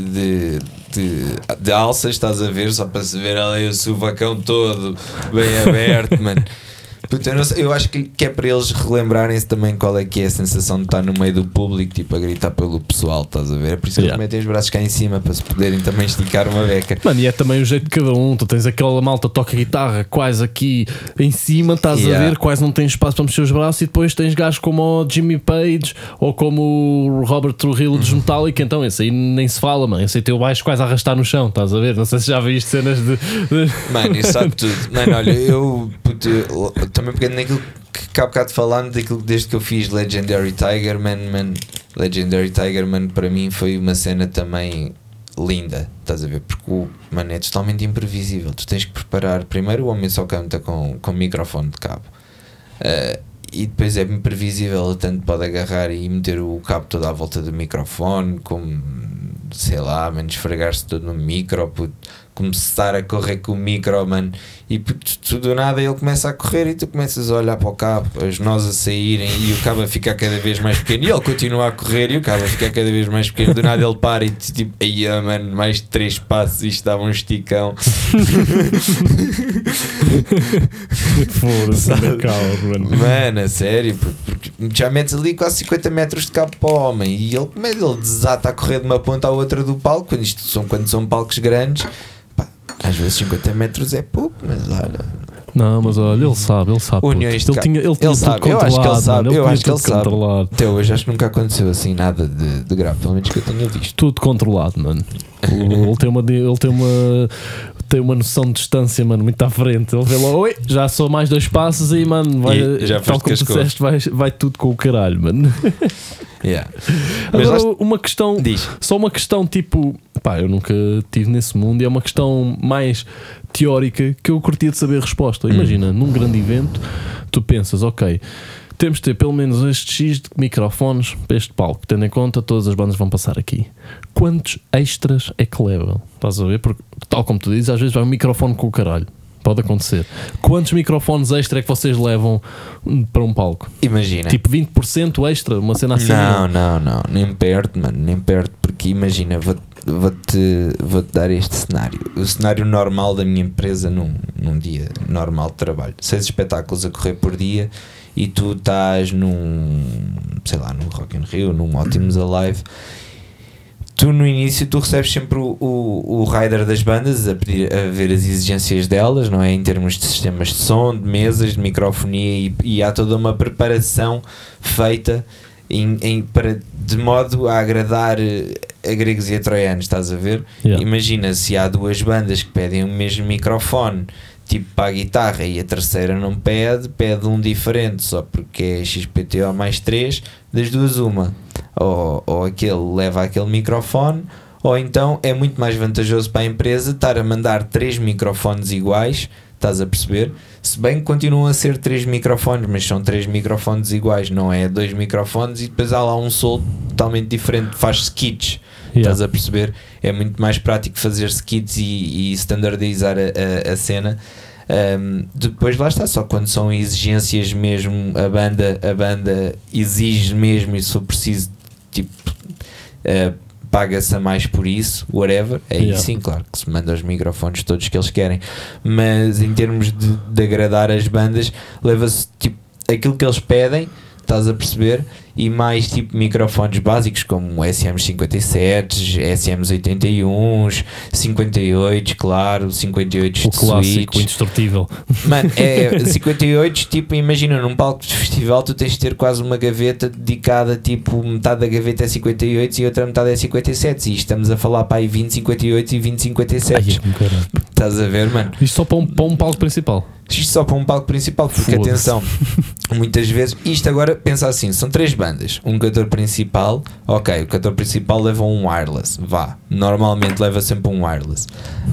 de alças, estás a ver, só para se ver ali o sovacão todo bem aberto, mano. Puta, eu acho que é para eles relembrarem-se também qual é que é a sensação de estar no meio do público, tipo, a gritar pelo pessoal, estás a ver? É por isso que eles metem os braços cá em cima, para se poderem também esticar uma beca. Mano, e é também o jeito de cada um. Tu tens aquela malta que toca guitarra quase aqui em cima, estás a ver, quase não tens espaço para mexer os braços, e depois tens gajos como o Jimmy Page ou como o Robert Trujillo dos Metallica. Então esse aí nem se fala, mano. Esse aí tem o baixo quase a arrastar no chão, estás a ver? Não sei se já viste cenas de... Mano, isso sabe tudo. Mano, olha, eu também pegando naquilo que há bocado falando, daquilo desde que eu fiz Legendary Tiger, man, Legendary Tiger, man, para mim foi uma cena também linda, estás a ver? Porque mano, é totalmente imprevisível. Tu tens que preparar. Primeiro o homem só canta com microfone de cabo, e depois é imprevisível. Ele tanto pode agarrar e meter o cabo todo à volta do microfone, como, sei lá, mano, esfregar-se todo no micro, puto, começar a correr com o micro, mano, e tu do nada ele começa a correr e tu começas a olhar para o cabo, as nós a saírem e o cabo a ficar cada vez mais pequeno, e ele continua a correr e o cabo a ficar cada vez mais pequeno. Do nada ele para e tipo, aí, mano, mais 3 passos e isto dava um esticão. Foda-se, mano, a sério, porque já metes ali quase 50 metros de cabo para o homem e ele desata a correr de uma ponta à outra do palco, quando são palcos grandes. Às vezes 50 metros é pouco, mas olha. Não, mas olha, ele sabe. Uniões ele tinha tudo sabe. controlado. Eu acho que ele sabe. Controlado. Até hoje acho que nunca aconteceu assim nada de grave, pelo menos que eu tenha visto. Tudo controlado, mano. Ele tem uma noção de distância, mano, muito à frente. Ele vê lá, oi, já sou mais 2 passos e, mano, já tal como tu disseste, vai tudo com o caralho, mano. Agora, uma questão, só uma questão tipo, pá, eu nunca estive nesse mundo, e é uma questão mais teórica que eu curtia de saber a resposta. Imagina, num grande evento, tu pensas, ok, temos de ter pelo menos este X de microfones para este palco, tendo em conta todas as bandas vão passar aqui. Quantos extras é que levam? Estás a ver? Porque, tal como tu dizes, às vezes vai um microfone com o caralho. Pode acontecer. Quantos microfones extra é que vocês levam para um palco? Imagina. Tipo 20% extra, uma cena assim? Não. Nem perto, mano. Nem perto. Porque imagina, vou-te dar este cenário. O cenário normal da minha empresa num dia normal de trabalho. 6 espetáculos a correr por dia e tu estás num Rock in Rio, num Optimus Alive. Tu no início recebes sempre o rider das bandas a ver as exigências delas, não é? Em termos de sistemas de som, de mesas, de microfonia, e há toda uma preparação feita de modo a agradar a gregos e a troianos, estás a ver? Imagina, se há 2 bandas que pedem o mesmo microfone, tipo para a guitarra, e a terceira não pede um diferente, só porque é XPTO mais 3, das duas uma, ou aquele leva aquele microfone, ou então é muito mais vantajoso para a empresa estar a mandar 3 microfones iguais, estás a perceber? Se bem que continuam a ser 3 microfones, mas são 3 microfones iguais, não é 2 microfones e depois há lá um solo totalmente diferente, faz skits. Estás a perceber? É muito mais prático fazer skits e standardizar a cena. Depois lá está, só quando são exigências mesmo, a banda exige mesmo, e se for preciso, tipo, paga-se a mais por isso, whatever. Aí sim, claro que se manda os microfones todos que eles querem, mas em termos de agradar as bandas, leva-se tipo aquilo que eles pedem, estás a perceber, e mais tipo microfones básicos como SM57, SM81, 58, claro, 58 o de clássico, Switch. indestrutível. Mano, é 58, tipo, imagina num palco de festival tu tens de ter quase uma gaveta dedicada, tipo, metade da gaveta é 58 e outra metade é 57, e estamos a falar para aí 20 58 e 20 57. Estás a ver, mano? Isto só para um palco principal. Isto só para um palco principal, porque atenção, muitas vezes, isto agora pensa assim, são 3 bandas, um cantor principal, ok, o cantor principal leva um wireless, vá, normalmente leva sempre um wireless.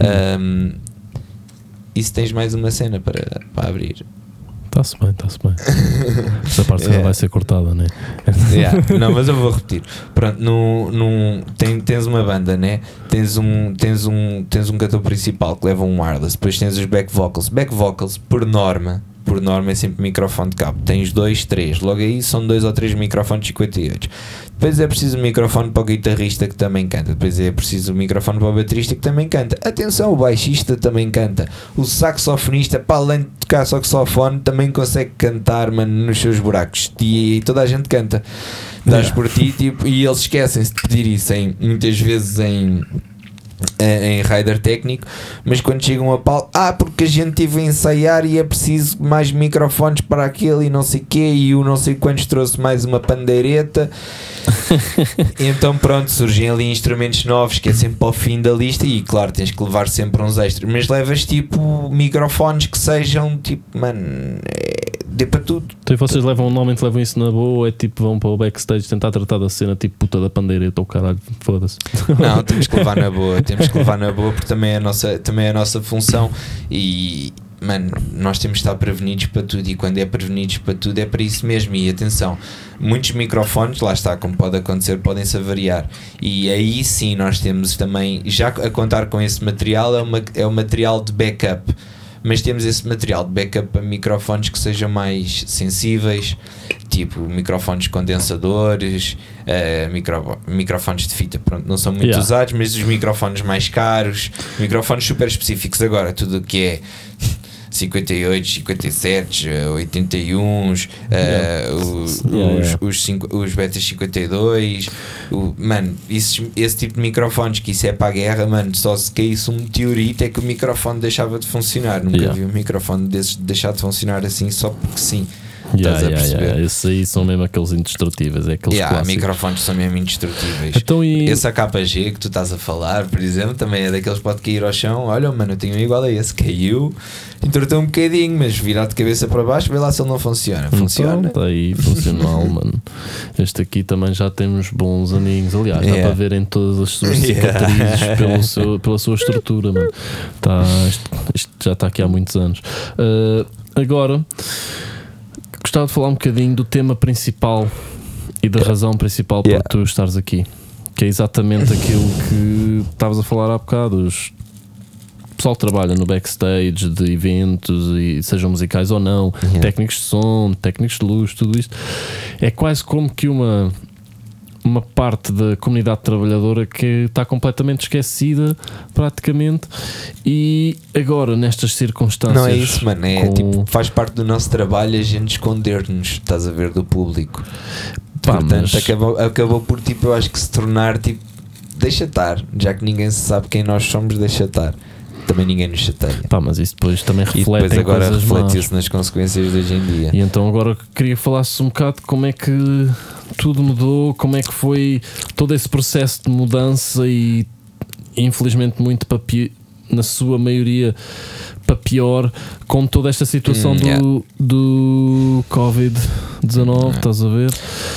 E se tens mais uma cena para abrir? Está-se bem. Essa parte vai ser cortada, né? Não, mas eu vou repetir. Pronto, tens uma banda, né? Tens um cantor principal que leva um wireless, depois tens os back vocals. Back vocals, por norma é sempre microfone de cabo. Tens 2, 3, logo aí são 2 ou 3 microfones 58. Depois é preciso um microfone para o guitarrista que também canta. Depois é preciso um microfone para o baterista que também canta. Atenção, o baixista também canta. O saxofonista, para além de tocar saxofone, também consegue cantar, mano, nos seus buracos. E toda a gente canta. Dás por ti, tipo, e eles esquecem-se de pedir isso muitas vezes em rider técnico, mas quando chegam a palco, porque a gente teve a ensaiar e é preciso mais microfones para aquele e não sei quê, e o não sei quantos trouxe mais uma pandeireta. Então pronto, surgem ali instrumentos novos que é sempre ao fim da lista, e claro, tens que levar sempre uns extras, mas levas tipo microfones que sejam tipo, mano, dê para tudo. Então vocês normalmente levam isso na boa, é tipo, vão para o backstage tentar tratar da cena tipo puta da pandeireta ou caralho, foda-se. Não, temos que levar na boa, porque também é a nossa função, e mano, nós temos de estar prevenidos para tudo, e quando é prevenidos para tudo é para isso mesmo. E atenção, muitos microfones, lá está, como pode acontecer, podem-se avariar, e aí sim nós temos também, já a contar com esse material, é o material de backup, mas temos esse material de backup para microfones que sejam mais sensíveis, tipo microfones condensadores, microfones de fita, pronto, não são muito usados, mas os microfones mais caros, microfones super específicos. Agora, tudo o que é 58, 57, 81, os betas 52, mano, esse tipo de microfones, que isso é para a guerra, mano, só se caísse um meteorito é que o microfone deixava de funcionar. Nunca vi um microfone desses deixar de funcionar assim só porque sim. Esses aí são mesmo aqueles indestrutíveis, é aqueles clássicos. Microfones são mesmo indestrutíveis. Então, esse AKG que tu estás a falar, por exemplo, também é daqueles que pode cair ao chão. Olha, mano, eu tenho um igual a esse, caiu, entortou um bocadinho, mas virado de cabeça para baixo, vê lá se ele não funciona. Funciona. Está aí, funcional, mano. Este aqui também já temos bons aninhos. Aliás, dá para ver em todas as suas cicatrizes pela sua estrutura, mano. Isto já está aqui há muitos anos. Agora, gostava de falar um bocadinho do tema principal e da razão principal para tu estares aqui, que é exatamente aquilo que estavas a falar há bocado. O pessoal que trabalha no backstage de eventos, e sejam musicais ou não, técnicos de som, técnicos de luz, tudo isto é quase como que uma parte da comunidade trabalhadora que está completamente esquecida praticamente, e agora nestas circunstâncias não é isso, mano, tipo, faz parte do nosso trabalho a gente esconder-nos, estás a ver, do público. Portanto, acabou por, tipo, eu acho que se tornar, tipo, deixa estar, já que ninguém se sabe quem nós somos, deixa estar. Também ninguém nos chateia. Mas isso depois também reflete, e depois em agora coisas reflete-se nas consequências de hoje em dia. E então agora queria falar-se um bocado de como é que tudo mudou, como é que foi todo esse processo de mudança, e infelizmente muito na sua maioria para pior com toda esta situação do Covid-19, estás a ver?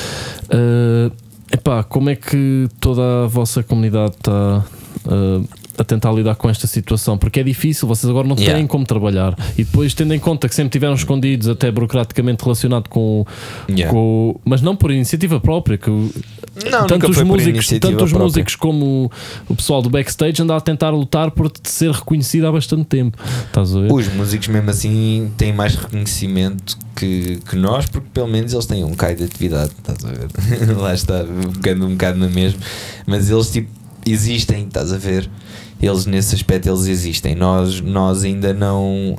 Como é que toda a vossa comunidade está a tentar lidar com esta situação? Porque é difícil, vocês agora não têm como trabalhar, e depois tendo em conta que sempre tiveram escondidos, até burocraticamente relacionado com mas não por iniciativa própria, que tanto os músicos como o pessoal do backstage andam a tentar lutar por ser reconhecido há bastante tempo, estás a ver? Os músicos mesmo assim têm mais reconhecimento que nós, porque pelo menos eles têm um caio de atividade, estás a ver? Lá está, um bocado na mesma, mas eles tipo existem, estás a ver? Eles nesse aspecto eles existem. Nós ainda não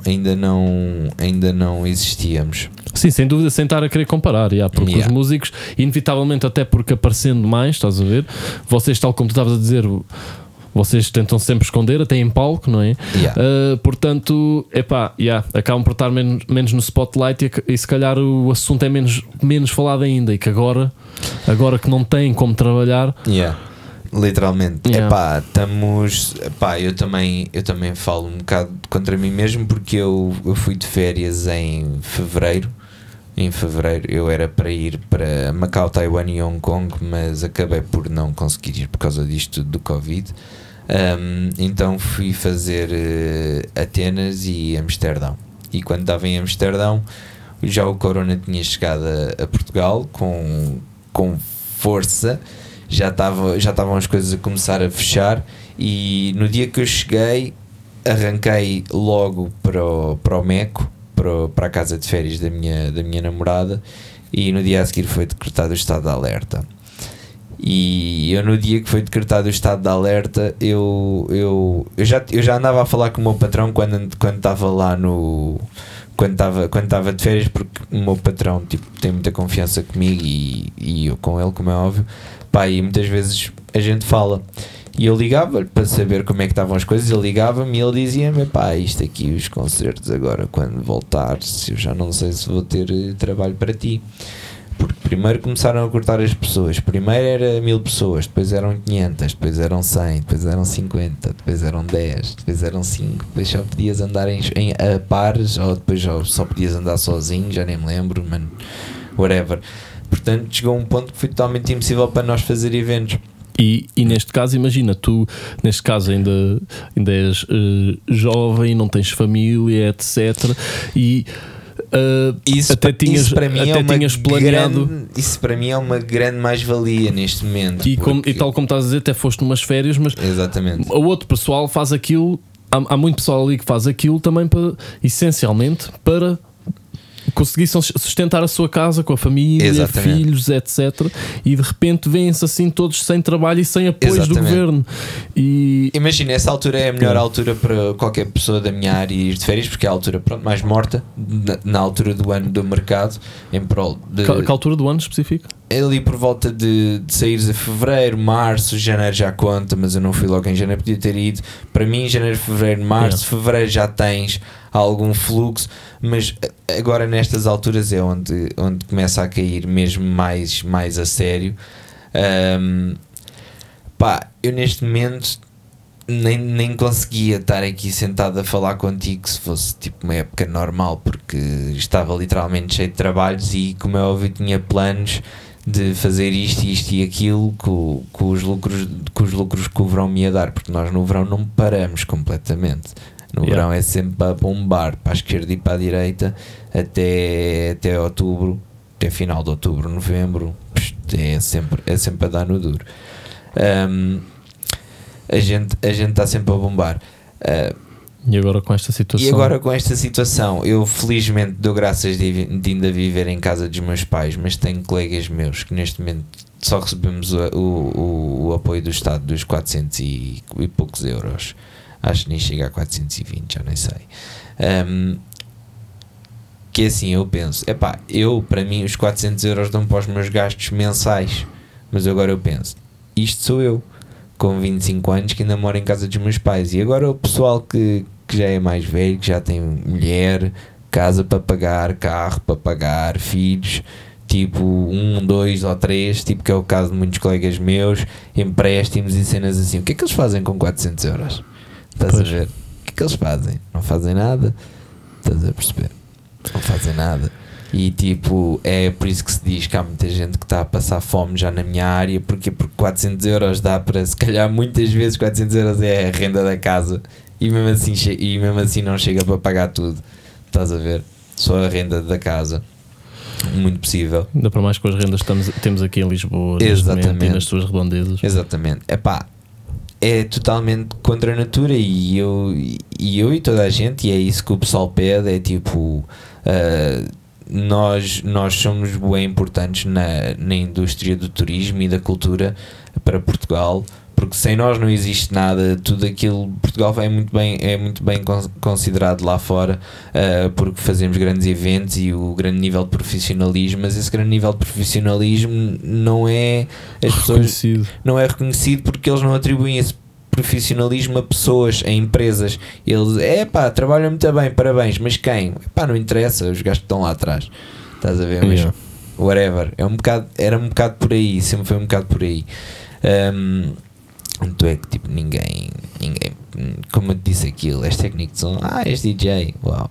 existíamos. Sim, sem dúvida, sem estar a querer comparar, porque os músicos, inevitavelmente, até porque aparecendo mais, estás a ver, vocês, tal como tu estavas a dizer, vocês tentam sempre esconder, até em palco, não é? Portanto, acabam por estar menos no spotlight, e se calhar o assunto é menos falado ainda, e que agora que não têm como trabalhar. Literalmente, eu também falo um bocado contra mim mesmo, porque eu fui de férias em fevereiro. Em fevereiro eu era para ir para Macau, Taiwan e Hong Kong, mas acabei por não conseguir ir por causa disto do Covid. Então fui fazer Atenas e Amsterdão. E quando estava em Amsterdão, já o Corona tinha chegado a Portugal com força. Já estavam as coisas a começar a fechar, e no dia que eu cheguei arranquei logo para o Meco, para a casa de férias da minha namorada, e no dia a seguir foi decretado o estado de alerta. E eu, no dia que foi decretado o estado de alerta, eu já andava a falar com o meu patrão quando estava lá quando estava de férias, porque o meu patrão tem muita confiança comigo e eu com ele, como é óbvio. E muitas vezes a gente fala, e eu ligava-lhe para saber como é que estavam as coisas. Ele ligava-me e ele dizia-me: isto aqui, os concertos agora, quando voltares, eu já não sei se vou ter trabalho para ti, porque primeiro começaram a cortar as pessoas. Primeiro era 1000 pessoas, depois eram 500, depois eram 100, depois eram 50, depois eram 10, depois eram 5, depois só podias andar a pares, ou depois só podias andar sozinho, já nem me lembro, mano, whatever. Portanto, chegou a um ponto que foi totalmente impossível para nós fazer eventos. E neste caso, imagina, tu neste caso ainda és jovem, não tens família, etc. E isso tinhas planeado. Isso para mim é uma grande mais-valia neste momento. E tal como estás a dizer, até foste numas férias, mas exatamente. O outro pessoal faz aquilo. Há muito pessoal ali que faz aquilo também essencialmente para conseguir sustentar a sua casa com a família, exatamente, filhos, etc. E de repente vêm-se assim todos sem trabalho e sem apoio, exatamente, do governo. E imagina, essa altura é a melhor altura para qualquer pessoa da minha área ir de férias, porque é a altura mais morta na altura do ano do mercado, em prol de... Que altura do ano específico? Ali por volta de saíres a fevereiro, março, janeiro já conta, mas eu não fui logo em janeiro, podia ter ido. Para mim, janeiro, fevereiro, março, fevereiro já tens algum fluxo, mas agora nestas alturas é onde começa a cair mesmo mais a sério. Eu neste momento nem conseguia estar aqui sentado a falar contigo se fosse tipo uma época normal, porque estava literalmente cheio de trabalhos e, como é óbvio, tinha planos de fazer isto e aquilo com os lucros que o verão me ia dar, porque nós no verão não paramos completamente. No verão é sempre para bombar, para a esquerda e para a direita, até outubro, até final de outubro, novembro, é sempre a dar no duro. A gente está sempre a bombar. E agora com esta situação? Eu felizmente dou graças de ainda viver em casa dos meus pais, mas tenho colegas meus que neste momento só recebemos o apoio do Estado dos 400 e poucos euros. Acho que nem chega a 420, já nem sei. Que assim, eu penso, para mim os 400 euros dão para os meus gastos mensais, mas agora eu penso, isto sou eu com 25 anos que ainda moro em casa dos meus pais, e agora o pessoal que já é mais velho, que já tem mulher, casa para pagar, carro para pagar, filhos, tipo 1, 2 ou 3, tipo que é o caso de muitos colegas meus, empréstimos e cenas assim. O que é que eles fazem com 400 euros? Estás a ver? que eles fazem? Não fazem nada. Estás a perceber? Não fazem nada. E tipo, é por isso que se diz que há muita gente que está a passar fome já na minha área. Porque 400 euros dá para, se calhar muitas vezes 400 euros é a renda da casa. E mesmo assim não chega para pagar tudo. Estás a ver? Só a renda da casa. Muito possível. Ainda para mais com as rendas que temos aqui em Lisboa. Exatamente. E nas suas redondezas. Exatamente. Epá, é totalmente contra a natura e eu e toda a gente, e é isso que o pessoal pede, é tipo... Nós somos bem importantes na indústria do turismo e da cultura para Portugal, porque sem nós não existe nada. Tudo aquilo, Portugal é muito bem considerado lá fora, porque fazemos grandes eventos e o grande nível de profissionalismo, mas esse grande nível de profissionalismo não é não é reconhecido porque eles não atribuem esse profissionalismo a pessoas, a empresas. Eles, trabalham muito bem, parabéns, mas quem? Não interessa, os gajos que estão lá atrás. Estás a ver? Mas whatever, era um bocado por aí, sempre foi um bocado por aí. Então é que tipo, ninguém, como eu te disse aquilo, és técnico de som, és DJ, uau.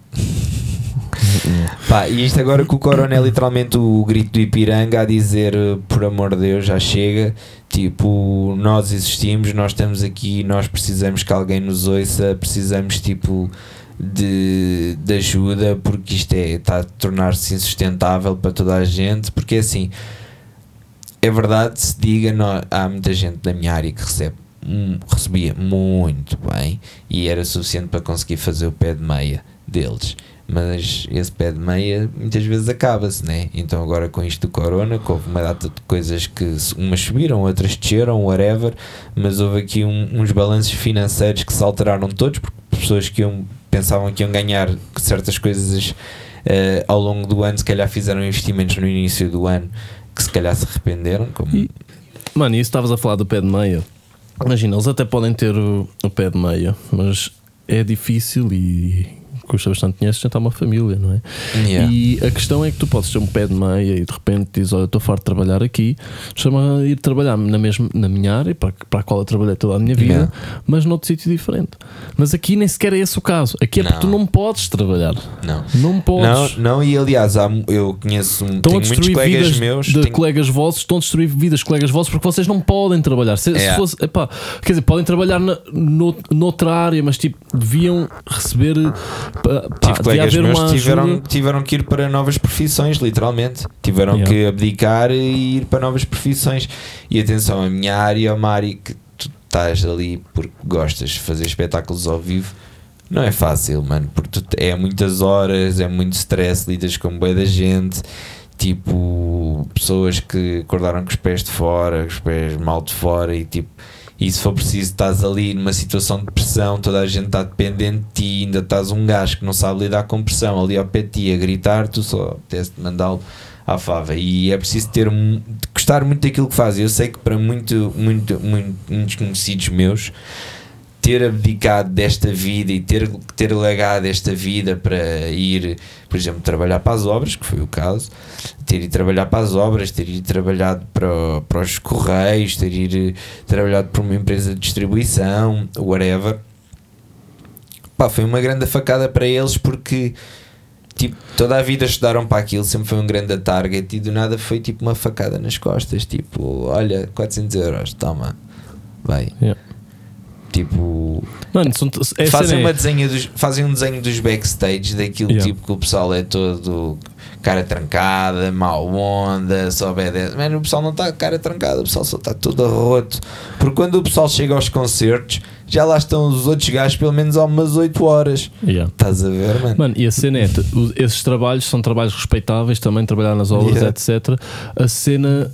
E isto agora que o Corona é literalmente o grito do Ipiranga a dizer, por amor de Deus, já chega, tipo, nós existimos, nós estamos aqui, nós precisamos que alguém nos ouça, precisamos tipo de ajuda, porque isto está a tornar-se insustentável para toda a gente, porque assim, é verdade, se diga, há muita gente da minha área que recebia muito bem e era suficiente para conseguir fazer o pé de meia deles. Mas esse pé de meia muitas vezes acaba-se, né? Então agora com isto do Corona, que houve uma data de coisas que umas subiram, outras desceram, whatever, mas houve aqui uns balanços financeiros que se alteraram todos, porque pessoas que pensavam que iam ganhar certas coisas ao longo do ano, se calhar fizeram investimentos no início do ano que se calhar se arrependeram. Mano, e isso estavas a falar do pé de meia. Imagina, eles até podem ter o pé de meia, mas é difícil e custa bastante dinheiro sustentar uma família, não é? Yeah. E a questão é que tu podes ter um pé de meia e de repente dizes, olha, estou farto de trabalhar aqui, chama a ir trabalhar na minha área, para a qual eu trabalhei toda a minha vida, mas noutro sítio diferente. Mas aqui nem sequer é esse o caso. Aqui é porque tu não podes trabalhar. Não podes. Não, e aliás, eu conheço tenho muitos colegas meus. Colegas vossos, estão a destruir vidas de colegas vossos porque vocês não podem trabalhar. Se fosse, quer dizer, podem trabalhar noutra área, mas tipo, deviam receber. Tive colegas meus que tiveram que ir para novas profissões, literalmente. Tiveram que abdicar e ir para novas profissões. E atenção, a minha área é uma área que tu estás ali porque gostas de fazer espetáculos ao vivo. Não é fácil, mano, porque é muitas horas, é muito stress, lidas com bué da gente. Tipo, pessoas que acordaram com os pés de fora, com os pés mal de fora e tipo... E se for preciso, estás ali numa situação de pressão, toda a gente está dependente de ti, ainda estás um gajo que não sabe lidar com pressão ali ao pé de ti a gritar, tu só apetece-te mandá-lo à fava. E é preciso gostar muito daquilo que faz. Eu sei que para muitos conhecidos meus, ter abdicado desta vida e ter largado esta vida para ir, por exemplo, trabalhar para as obras, que foi o caso, ter ido trabalhar para as obras, ter ido trabalhado para os correios, ter ido trabalhado para uma empresa de distribuição, whatever, foi uma grande facada para eles, porque tipo, toda a vida estudaram para aquilo, sempre foi um grande target, e do nada foi tipo uma facada nas costas, tipo, olha, 400 euros, toma, vai. Tipo, mano, fazem um desenho dos backstage daquilo, tipo que o pessoal é todo cara trancada, mau onda, só obedece. Mano, o pessoal não está cara trancada, o pessoal só está todo arroto. Porque quando o pessoal chega aos concertos, já lá estão os outros gajos pelo menos há umas 8 horas. Estás a ver, mano? Mano, e a cena é, esses trabalhos são trabalhos respeitáveis, também trabalhar nas obras, etc. A cena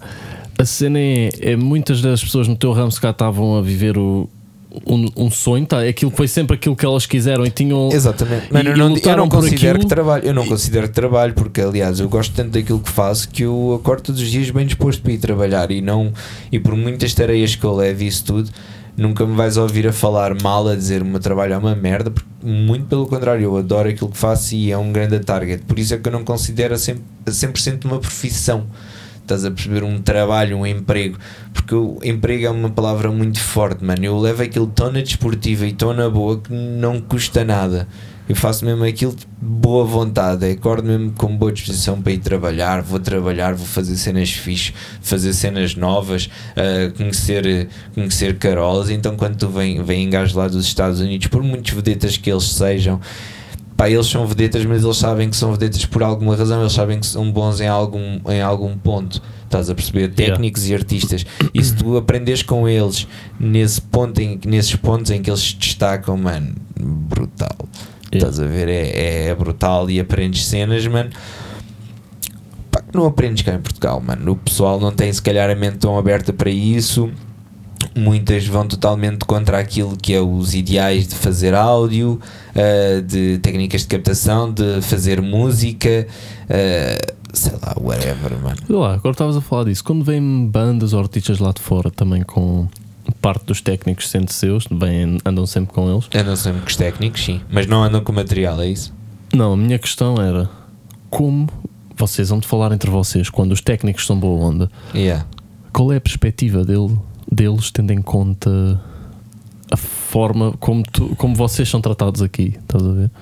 é muitas das pessoas no teu ramo se cá estavam a viver um sonho, aquilo foi sempre aquilo que elas quiseram e tinham. Exatamente. Mano, eu não considero que trabalho. Eu não considero que trabalho, porque aliás eu gosto tanto daquilo que faço que eu acordo todos os dias bem disposto para ir trabalhar e por muitas tareias que eu levo isso tudo, nunca me vais ouvir a falar mal, a dizer o meu trabalho é uma merda, porque muito pelo contrário, eu adoro aquilo que faço e é um grande target. Por isso é que eu não considero a 100% uma profissão. estás a perceber, um trabalho, um emprego, porque o emprego é uma palavra muito forte, mano. Eu levo aquilo tão na desportiva e tão na boa que não custa nada. Eu faço mesmo aquilo de boa vontade, acordo mesmo com boa disposição para ir trabalhar, vou fazer cenas fixes, fazer cenas novas, conhecer carolas. Então quando tu vem gajos lá dos Estados Unidos, por muitos vedetas que eles sejam, pá, eles são vedetas, mas eles sabem que são vedetas por alguma razão, eles sabem que são bons em algum ponto, estás a perceber? Técnicos e artistas, e se tu aprendes com eles nesses pontos em que eles se destacam, mano, brutal. Estás a ver? É brutal, e aprendes cenas, mano, pá, que não aprendes cá em Portugal, mano. O pessoal não tem se calhar a mente tão aberta para isso. Muitas vão totalmente contra aquilo que é os ideais de fazer áudio, de técnicas de captação, de fazer música, sei lá, whatever, mano. Sei lá, agora estavas a falar disso. Quando vêm bandas ou artistas lá de fora também com parte dos técnicos sendo seus, andam sempre com eles? Andam sempre com os técnicos, sim, mas não andam com material, é isso? Não, a minha questão era como vocês vão de falar entre vocês quando os técnicos são boa onda. Qual é a perspectiva deles, tendo em conta a forma como vocês são tratados aqui, estás a ver?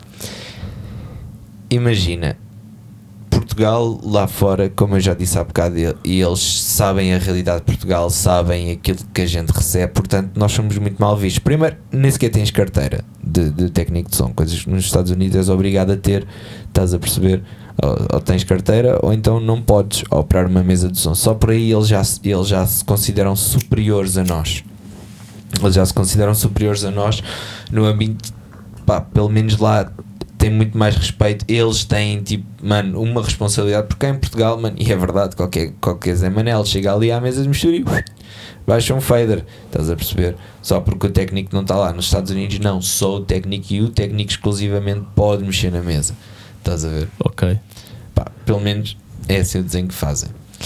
Imagina, Portugal lá fora, como eu já disse há bocado, e eles sabem a realidade de Portugal, sabem aquilo que a gente recebe, portanto nós somos muito mal vistos. Primeiro, nem sequer tens carteira de técnico de som, coisas que nos Estados Unidos és obrigado a ter, estás a perceber? Ou tens carteira, ou então não podes operar uma mesa de som. Só por aí eles já se consideram superiores a nós. Eles já se consideram superiores a nós no ambiente, pá, pelo menos lá tem muito mais respeito. Eles têm, tipo, mano, uma responsabilidade, porque cá em Portugal, mano, e é verdade, qualquer Zé Manel chega ali à mesa de mistura e baixa um fader, estás a perceber? Só porque o técnico não está lá. Nos Estados Unidos não, só o técnico, e o técnico exclusivamente pode mexer na mesa, estás a ver? Ok. Pá, pelo menos é assim o desenho que fazem.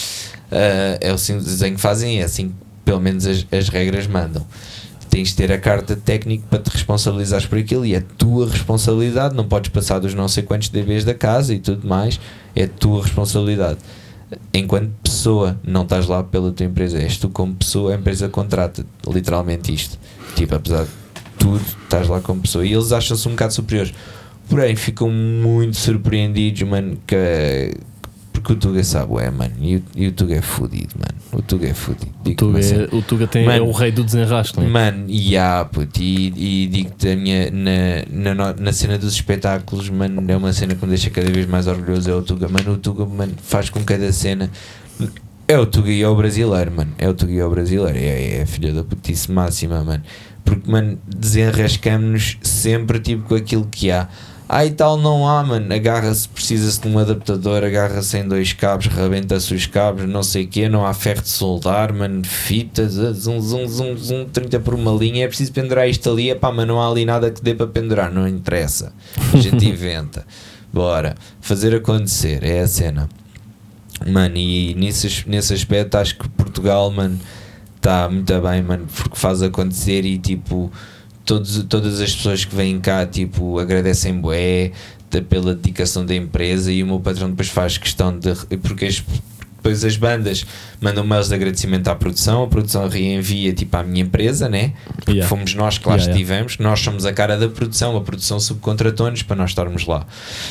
É assim o desenho que fazem, e é assim que pelo menos as regras mandam. Tens de ter a carta de técnico para te responsabilizares por aquilo, e é tua responsabilidade. Não podes passar dos não sei quantos dBs da casa e tudo mais. É tua responsabilidade. Enquanto pessoa, não estás lá pela tua empresa, és tu como pessoa, a empresa contrata literalmente isto. Tipo, apesar de tudo, estás lá como pessoa, e eles acham-se um bocado superiores. Porém, ficam muito surpreendidos, mano, porque o Tuga sabe, mano, e o Tuga é fodido, mano. O Tuga é fodido. O Tuga é o rei do desenrasco, né? Mano, puto, e digo-te, na cena dos espetáculos, mano, é uma cena que me deixa cada vez mais orgulhoso. É o Tuga, mano. O Tuga, mano, faz com cada cena. É o Tuga e é o brasileiro, mano. É o Tuga e é o brasileiro. É a filha da putice máxima, mano. Porque, mano, desenrascamos-nos sempre, tipo, com aquilo que há. E tal não há, mano, agarra-se, precisa-se de um adaptador, agarra-se em 2 cabos, rebenta-se os cabos, não sei o quê, não há ferro de soldar, mano, fitas, zum, 30 por uma linha, é preciso pendurar isto ali, mas não há ali nada que dê para pendurar, não interessa, a gente inventa, bora, fazer acontecer, é a cena, mano, e nesse aspecto acho que Portugal, mano, está muito bem, mano, porque faz acontecer, e tipo, todas as pessoas que vêm cá, tipo, agradecem bué pela dedicação da empresa, e o meu patrão depois faz questão de, porque depois as bandas mandam mails de agradecimento à produção, a produção reenvia, tipo, à minha empresa, né? Porque fomos nós que lá estivemos, nós somos a cara da produção, a produção subcontratou-nos para nós estarmos lá,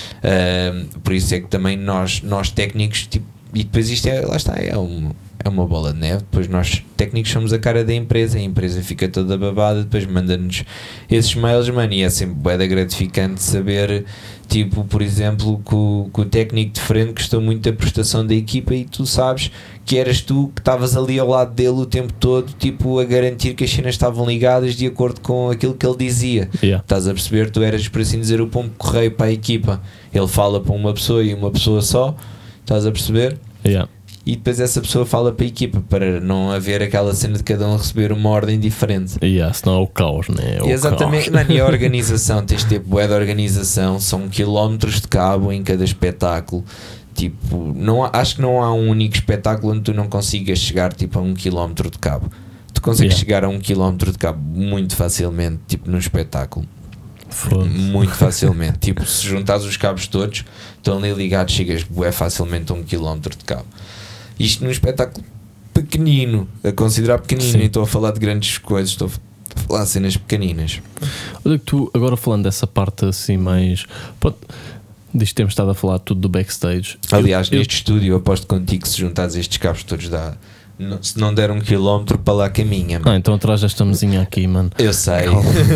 por isso é que também nós técnicos, tipo, e depois isto lá está, é uma bola de neve. Depois nós técnicos somos a cara da empresa, a empresa fica toda babada, depois manda-nos esses mails, mano, e é sempre bué gratificante saber, tipo, por exemplo, que o técnico de frente gostou muito da prestação da equipa, e tu sabes que eras tu que estavas ali ao lado dele o tempo todo, tipo, a garantir que as cenas estavam ligadas de acordo com aquilo que ele dizia. Estás a perceber? Tu eras, por assim dizer, o pombo correio para a equipa. Ele fala para uma pessoa e uma pessoa só, estás a perceber? E depois essa pessoa fala para a equipa, para não haver aquela cena de cada um receber uma ordem diferente. Senão é o caos, né? Exatamente, mano, e a organização, tens de ter bué de organização, são quilómetros de cabo em cada espetáculo. Tipo, acho que não há um único espetáculo onde tu não consigas chegar, tipo, a 1 km de cabo. Tu consegues chegar a 1 km de cabo muito facilmente, tipo, num espetáculo. Muito facilmente. Tipo, se juntares os cabos todos, estão ali ligados, chegas bué facilmente a 1 km de cabo. Isto num espetáculo pequenino, a considerar pequenino, Sim. nem estou a falar de grandes coisas, estou a falar de cenas pequeninas. Olha que tu, agora falando dessa parte assim mais... Pronto, disto temos estado a falar tudo do backstage. Aliás, neste estúdio, eu aposto contigo que se juntares estes cabos todos dá. Se não der 1 quilómetro para lá caminha, mano. Então atrás desta mesinha aqui, mano. Eu sei.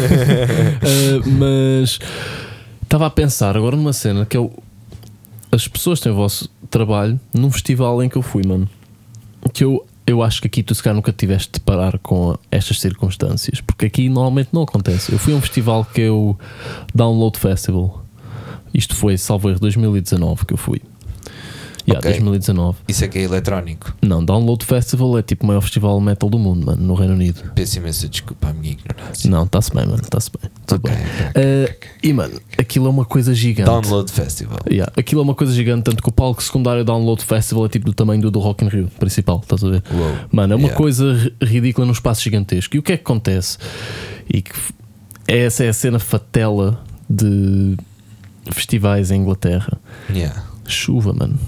Mas estava a pensar agora numa cena que é as pessoas têm o vosso trabalho num festival em que eu fui, mano. Que eu acho que aqui tu se calhar nunca tiveste de parar com estas circunstâncias, porque aqui normalmente não acontece. Eu fui a um festival que é o Download Festival. Isto foi, salvo erro, 2019 que eu fui. Ok. 2019. Isso é que é eletrónico. Não, Download Festival é tipo o maior festival metal do mundo, mano, no Reino Unido. Peço imensa desculpa à minha ignorância. Não, está-se bem, mano, está-se bem. Tudo Ok, bem. ok. E mano, aquilo é uma coisa gigante. Download Festival. Yeah, aquilo é uma coisa gigante, tanto que o palco secundário Download Festival é tipo do tamanho do Rock in Rio principal, estás a ver? Uou. Mano, é uma Yeah. coisa ridícula num espaço gigantesco. E o que é que acontece? E que essa é a cena fatela de festivais em Inglaterra. Yeah. Chuva, mano.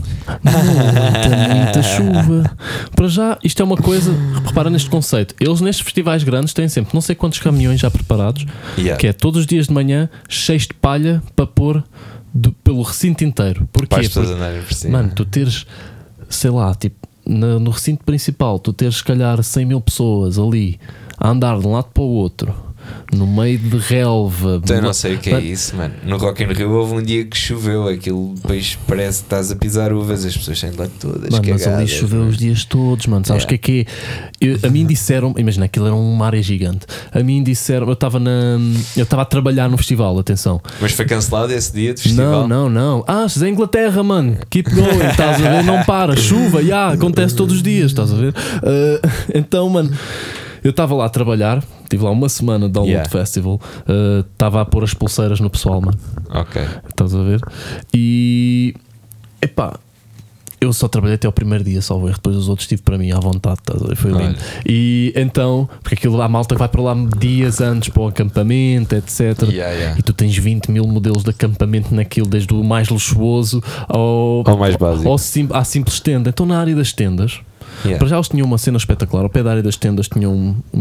Muita chuva. Para já, isto é uma coisa. Repara neste conceito. Eles nestes festivais grandes têm sempre não sei quantos caminhões já preparados, Yeah. que é todos os dias de manhã cheios de palha para pôr pelo recinto inteiro. Para Porquê? as pessoas andarem por cima. Mano, tu teres, sei lá, tipo, no recinto principal, tu teres se calhar 100 mil pessoas ali a andar de um lado para o outro, no meio de relva. Então eu não sei o que é Mano, isso, mano. No Rock in Rio houve um dia que choveu, aquilo depois parece que estás a pisar uvas, as pessoas saem de lá todas Mano, mas ali cagadas, choveu mano. os dias todos, mano. Sabes o Yeah. que é? A mim disseram, imagina, aquilo era uma área gigante. A mim disseram, eu estava a trabalhar no festival, atenção. Mas foi cancelado esse dia de festival? Não. Isso é Inglaterra, mano. Keep going, estás a ver? Não para, chuva, acontece todos os dias, estás a ver? Então, mano, eu estava lá a trabalhar, estive lá uma semana de Download Yeah. Festival, estava a pôr as pulseiras no pessoal, mano. Ok. Estás a ver? E epá, eu só trabalhei até o primeiro dia, salvo erro. Depois os outros estive para mim à vontade, estás a ver? Foi lindo. Olha. E então, porque aquilo, a malta vai para lá dias antes para o acampamento, etc. Yeah. E tu tens 20 mil modelos de acampamento naquilo, desde o mais luxuoso Ao mais básico. à simples tenda. Então, na área das tendas, Yeah. para já eles tinham uma cena espetacular. Ao pé da área das tendas tinham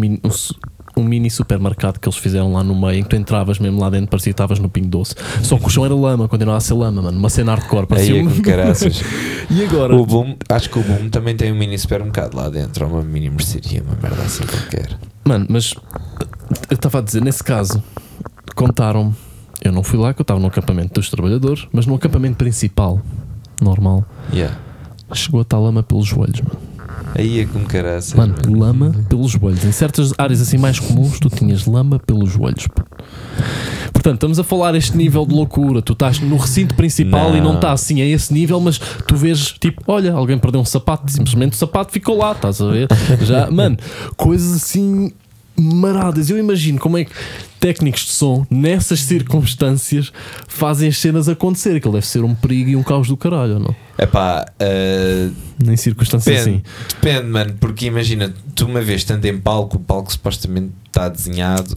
um mini supermercado que eles fizeram lá no meio, em que tu entravas mesmo lá dentro, parecia que estavas no Pingo Doce. Só que o chão era lama, continuava a ser lama, mano. Uma cena hardcore. Parecia Aí é com caraças. E agora? O Boom, acho que o Boom também tem um mini supermercado lá dentro, ou uma mini mercearia, uma merda assim qualquer. Mano, mas eu estava a dizer, nesse caso, contaram-me, eu não fui lá, que eu estava no acampamento dos trabalhadores, mas no acampamento principal, normal, Yeah. chegou a estar lama pelos joelhos, mano. Aí é com caraças. Mano, lama pelos joelhos. Em certas áreas assim mais comuns, tu tinhas lama pelos joelhos. Pô. Portanto, estamos a falar este nível de loucura. Tu estás no recinto principal e não está assim a esse nível, mas tu vês, tipo, olha, alguém perdeu um sapato, simplesmente o sapato ficou lá, estás a ver? Já, mano, coisas assim maradas. Eu imagino como é que técnicos de som, nessas circunstâncias, fazem as cenas acontecer. Aquilo deve ser um perigo e um caos do caralho, ou não? Epá, Em circunstâncias assim. depende, mano, porque imagina, tu uma vez estando em palco, o palco supostamente está desenhado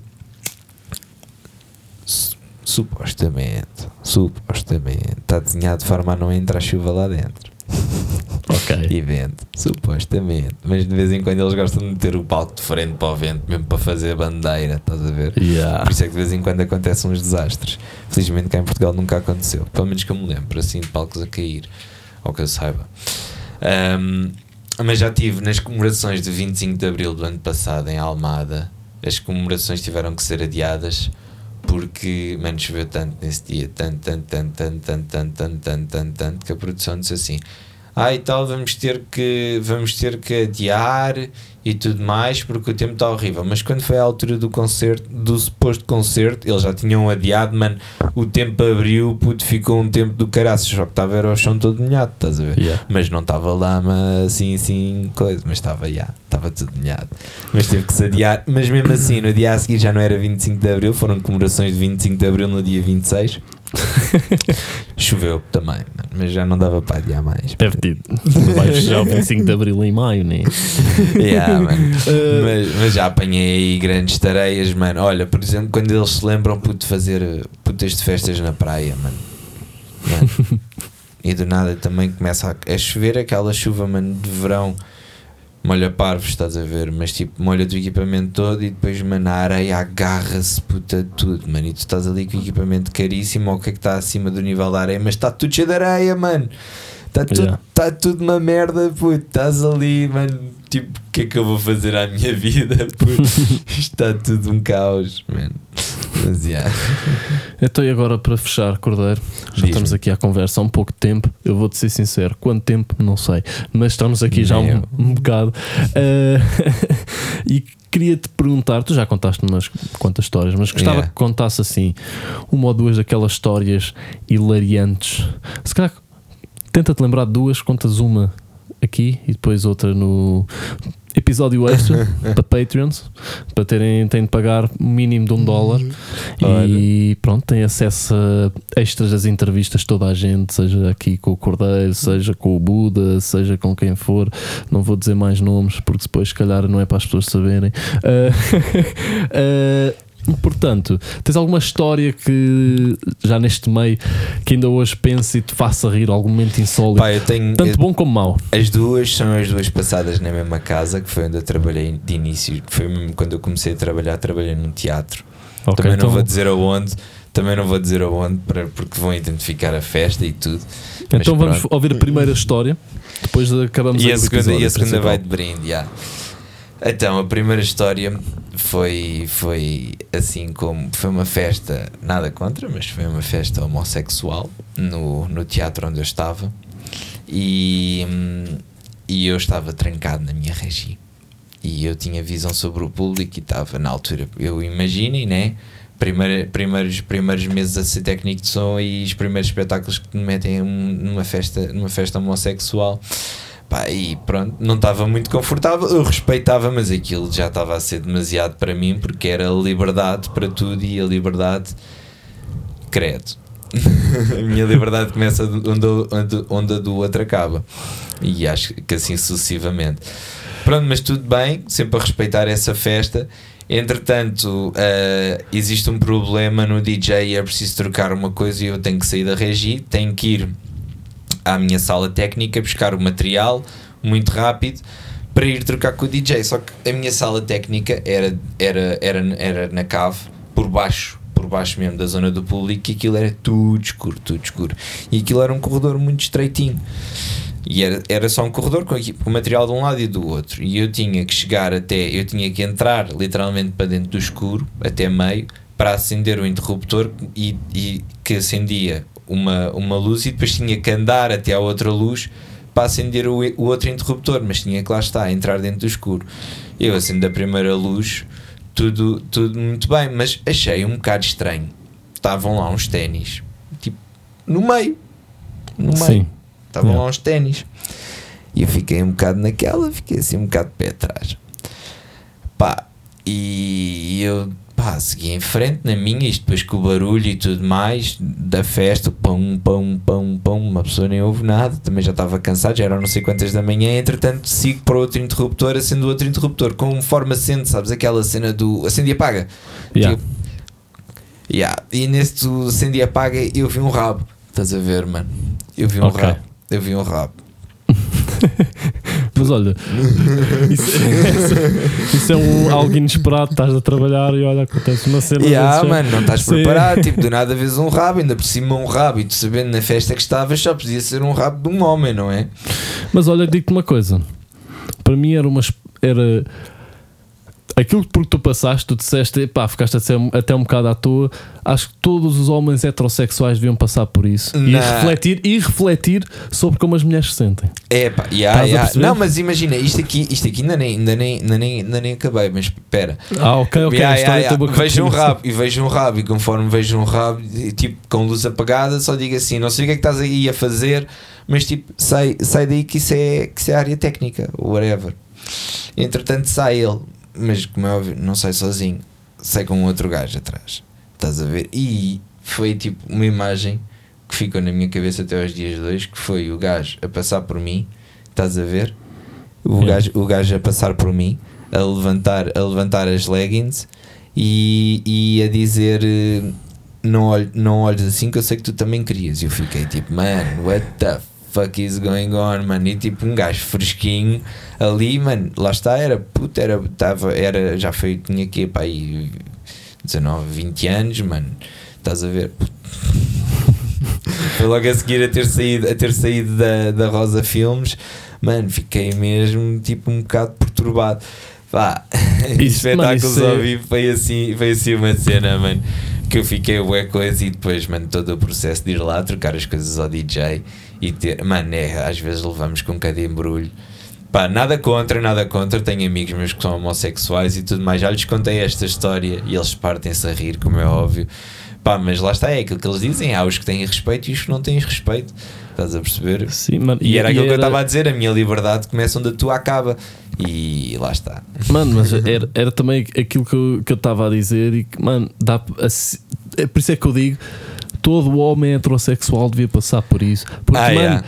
supostamente está desenhado de forma a não entrar chuva lá dentro. Ok. E vento, supostamente, mas de vez em quando eles gostam de meter o palco de frente para o vento, mesmo para fazer bandeira, estás a ver? Yeah. Por isso é que de vez em quando acontecem uns desastres. Felizmente cá em Portugal nunca aconteceu, pelo menos que eu me lembro, assim, de palcos a cair, ou que eu saiba. Mas já tive nas comemorações de 25 de Abril do ano passado em Almada, as comemorações tiveram que ser adiadas porque, mano, choveu tanto nesse dia, tanto, que a produção disse assim: e tal, vamos ter que adiar e tudo mais porque o tempo está horrível. Mas quando foi a altura do concerto, do suposto concerto, eles já tinham adiado, mano, o tempo abriu, puto, ficou um tempo do caraças, só que estava, era o chão todo molhado, estás a ver? Yeah. Mas não estava lama assim, coisa, mas estava tudo molhado. Mas teve que se adiar, mas mesmo assim, no dia a seguir já não era 25 de Abril, foram comemorações de 25 de Abril no dia 26. Choveu também, mas já não dava para adiar mais. Deve ter. Não vais festejar o 25 de Abril em maio, nem. Yeah, mano. Mas já apanhei aí grandes tareias, mano. Olha, por exemplo, quando eles se lembram de fazer putas de festas na praia, mano. e do nada também começa a chover, aquela chuva, mano, de verão, molha parvos, estás a ver, mas tipo, molha o equipamento todo e depois, mano, a areia agarra-se, puta, tudo, mano, e tu estás ali com o equipamento caríssimo, ou o que é que está acima do nível da areia, mas está tudo cheio de areia, mano, está tudo uma merda, puto, estás ali, mano, tipo, o que é que eu vou fazer à minha vida, puto, isto está tudo um caos, mano. Mas, yeah. Então, e agora para fechar, Cordeiro, já estamos aqui à conversa há um pouco de tempo. Eu vou-te ser sincero, quanto tempo, não sei, mas estamos aqui já um bocado. E queria-te perguntar, tu já contaste umas quantas histórias, mas gostava que contasse assim uma ou duas daquelas histórias hilariantes. Se calhar tenta-te lembrar de duas, contas uma aqui e depois outra no episódio extra para Patreons, para têm de pagar o mínimo de $1 e pronto, têm acesso a extras das entrevistas de toda a gente, seja aqui com o Cordeiro, seja com o Buda, seja com quem for. Não vou dizer mais nomes porque depois se calhar não é para as pessoas saberem. Portanto, tens alguma história que já neste meio que ainda hoje pensa e te faça rir, algum momento insólito? Pá, tanto bom como mau. As duas são as duas passadas na mesma casa, que foi onde eu trabalhei de início, que foi mesmo quando eu comecei a trabalhar, trabalhei num teatro. Também não vou dizer aonde, porque vão identificar a festa e tudo. Então vamos ouvir a primeira história, depois acabamos e a segunda vai de brinde, Então, a primeira história foi assim como... Foi uma festa, nada contra, mas foi uma festa homossexual no teatro onde eu estava. E eu estava trancado na minha regi. E eu tinha visão sobre o público e estava na altura... Eu imaginem, né? Primeiros meses a ser técnico de som e os primeiros espetáculos que me metem numa festa homossexual... Pá, e pronto, não estava muito confortável, eu respeitava, mas aquilo já estava a ser demasiado para mim, porque era liberdade para tudo e a liberdade, credo. A minha liberdade começa onde a do outro acaba, e acho que assim sucessivamente. Pronto, mas tudo bem, sempre a respeitar essa festa. Entretanto, existe um problema no DJ e é preciso trocar uma coisa e eu tenho que sair da regi, tenho que ir à minha sala técnica buscar o material muito rápido para ir trocar com o DJ. Só que a minha sala técnica era na cave, por baixo mesmo da zona do público, e aquilo era tudo escuro, e aquilo era um corredor muito estreitinho e era só um corredor com o material de um lado e do outro, e eu tinha que entrar literalmente para dentro do escuro até meio para acender o interruptor e que acendia uma luz, e depois tinha que andar até à outra luz para acender o outro interruptor, mas tinha que lá estar, entrar dentro do escuro. Eu acendo a primeira luz, tudo muito bem, mas achei um bocado estranho. Estavam lá uns ténis, tipo, no meio. Sim. Estavam lá uns ténis. E eu fiquei um bocado fiquei assim um bocado de pé atrás. Pá, e eu segui em frente na minha, isto depois com o barulho e tudo mais da festa, pum, uma pessoa nem ouve nada, também já estava cansado, já eram não sei quantas da manhã. Entretanto sigo para outro interruptor, acendo outro interruptor, conforme acende, sabes aquela cena do acende e apaga, e nesse do acende e apaga eu vi um rabo, estás a ver, mano, eu vi um rabo. Mas olha, isso é algo inesperado. Estás a trabalhar e olha, acontece uma cena. Mano, não estás preparado. Tipo, do nada vês um rabo, ainda por cima um rabo, e tu sabendo na festa que estavas, só podia ser um rabo de um homem, não é? Mas olha, digo-te uma coisa. Para mim era aquilo porque tu passaste, tu disseste, ficaste até um bocado à toa. Acho que todos os homens heterossexuais deviam passar por isso e refletir sobre como as mulheres se sentem. Não, mas imagina, isto aqui ainda nem acabei, mas espera. Vejo um rabo e conforme vejo um rabo, tipo, com luz apagada, só digo assim, não sei o que é que estás aí a fazer, mas tipo, sai daí que isso é área técnica, whatever. Entretanto sai ele, mas como é óbvio, não sai sozinho, sai com outro gajo atrás, estás a ver? E foi tipo uma imagem que ficou na minha cabeça até aos dias de hoje, que foi o gajo a passar por mim, estás a ver? O gajo a passar por mim, a levantar as leggings e a dizer não olhes assim que eu sei que tu também querias. E eu fiquei tipo, mano, what the fuck is going on, mano? E tipo, um gajo fresquinho ali, mano, lá está, tinha que pá, aí 19, 20 anos, mano, estás a ver? Foi logo a seguir a ter saído da Rosa Filmes, mano, fiquei mesmo tipo um bocado perturbado. Pá, espetáculos ao vivo foi assim uma cena, mano, que eu fiquei bué coisa. E depois, mano, todo o processo de ir lá trocar as coisas ao DJ e ter, mano, às vezes levamos com cada embrulho. Pá, nada contra, tenho amigos meus que são homossexuais e tudo mais, já lhes contei esta história e eles partem-se a rir, como é óbvio. Pá, mas lá está, é aquilo que eles dizem, há os que têm respeito e os que não têm respeito, estás a perceber? Sim, mano, e era aquilo que eu estava a dizer, a minha liberdade começa onde a tua acaba, e lá está. Mano, mas era também aquilo que eu estava a dizer, e que, mano, é por isso é que eu digo, todo homem heterossexual devia passar por isso, porque, mano,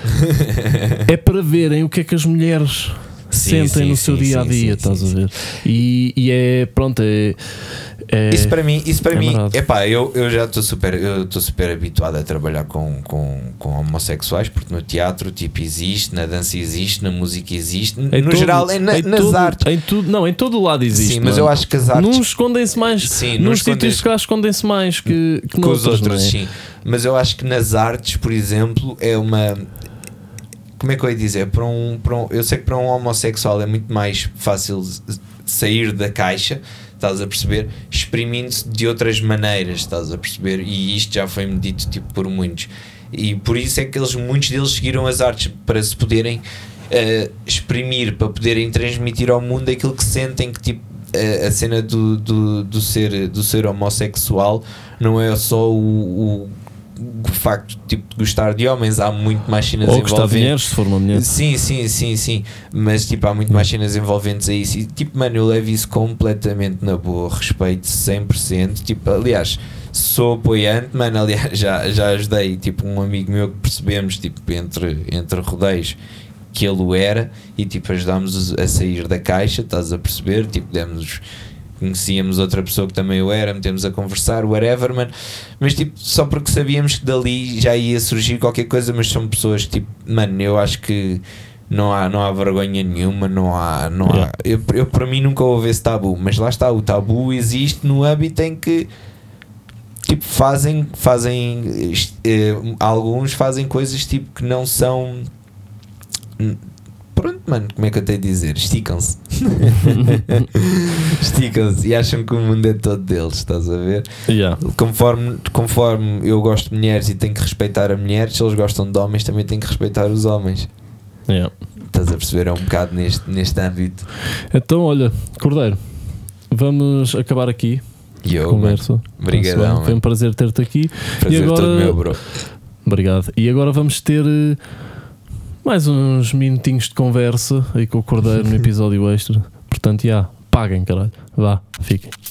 é para verem o que é que as mulheres sentem no seu dia a dia, estás a ver? E é, pronto, isso para mim, epá, eu já estou super habituado a trabalhar com homossexuais, porque no teatro tipo existe, na dança existe, na música existe, geral, nas artes. Em todo lado existe. Sim, mas eu acho que as artes. Uns escondem-se mais, nos sítios que escondem-se mais que os outros, sim. Mas eu acho que nas artes, por exemplo, é uma. Como é que eu ia dizer? Eu sei que para um homossexual é muito mais fácil sair da caixa, estás a perceber, exprimindo-se de outras maneiras, estás a perceber, e isto já foi-me dito tipo, por muitos, e por isso é que muitos deles seguiram as artes para se poderem exprimir, para poderem transmitir ao mundo aquilo que sentem, que tipo a cena do ser homossexual não é só o facto tipo, de gostar de homens, há muito mais cenas envolventes. Ou gostar de mulheres, se for uma mulher. Sim, mas tipo, há muito mais cenas envolventes a isso. E tipo, mano, eu levo isso completamente na boa, respeito 100%. Tipo, aliás, sou apoiante, mano. Aliás, já ajudei tipo, um amigo meu que percebemos tipo, entre rodeios que ele o era, e tipo, ajudámos a sair da caixa, estás a perceber? Tipo, conhecíamos outra pessoa que também o era, metemos a conversar, whatever, man. Mas tipo, só porque sabíamos que dali já ia surgir qualquer coisa, mas são pessoas tipo, mano, eu acho que não há vergonha nenhuma, não há eu para mim nunca houve esse tabu, mas lá está, o tabu existe no âmbito em que tipo, alguns fazem coisas tipo que não são. Pronto, mano, como é que eu tenho a dizer? Esticam-se e acham que o mundo é todo deles, estás a ver? Conforme eu gosto de mulheres e tenho que respeitar a mulheres, se eles gostam de homens também tenho que respeitar os homens. Estás a perceber? É um bocado neste âmbito. Então olha, Cordeiro, vamos acabar aqui a conversa. Obrigadão, foi um prazer ter-te aqui. Prazer todo meu, bro. Obrigado. E agora vamos ter mais uns minutinhos de conversa aí com o Cordeiro no episódio extra. Portanto, paguem, caralho. Vá, fiquem.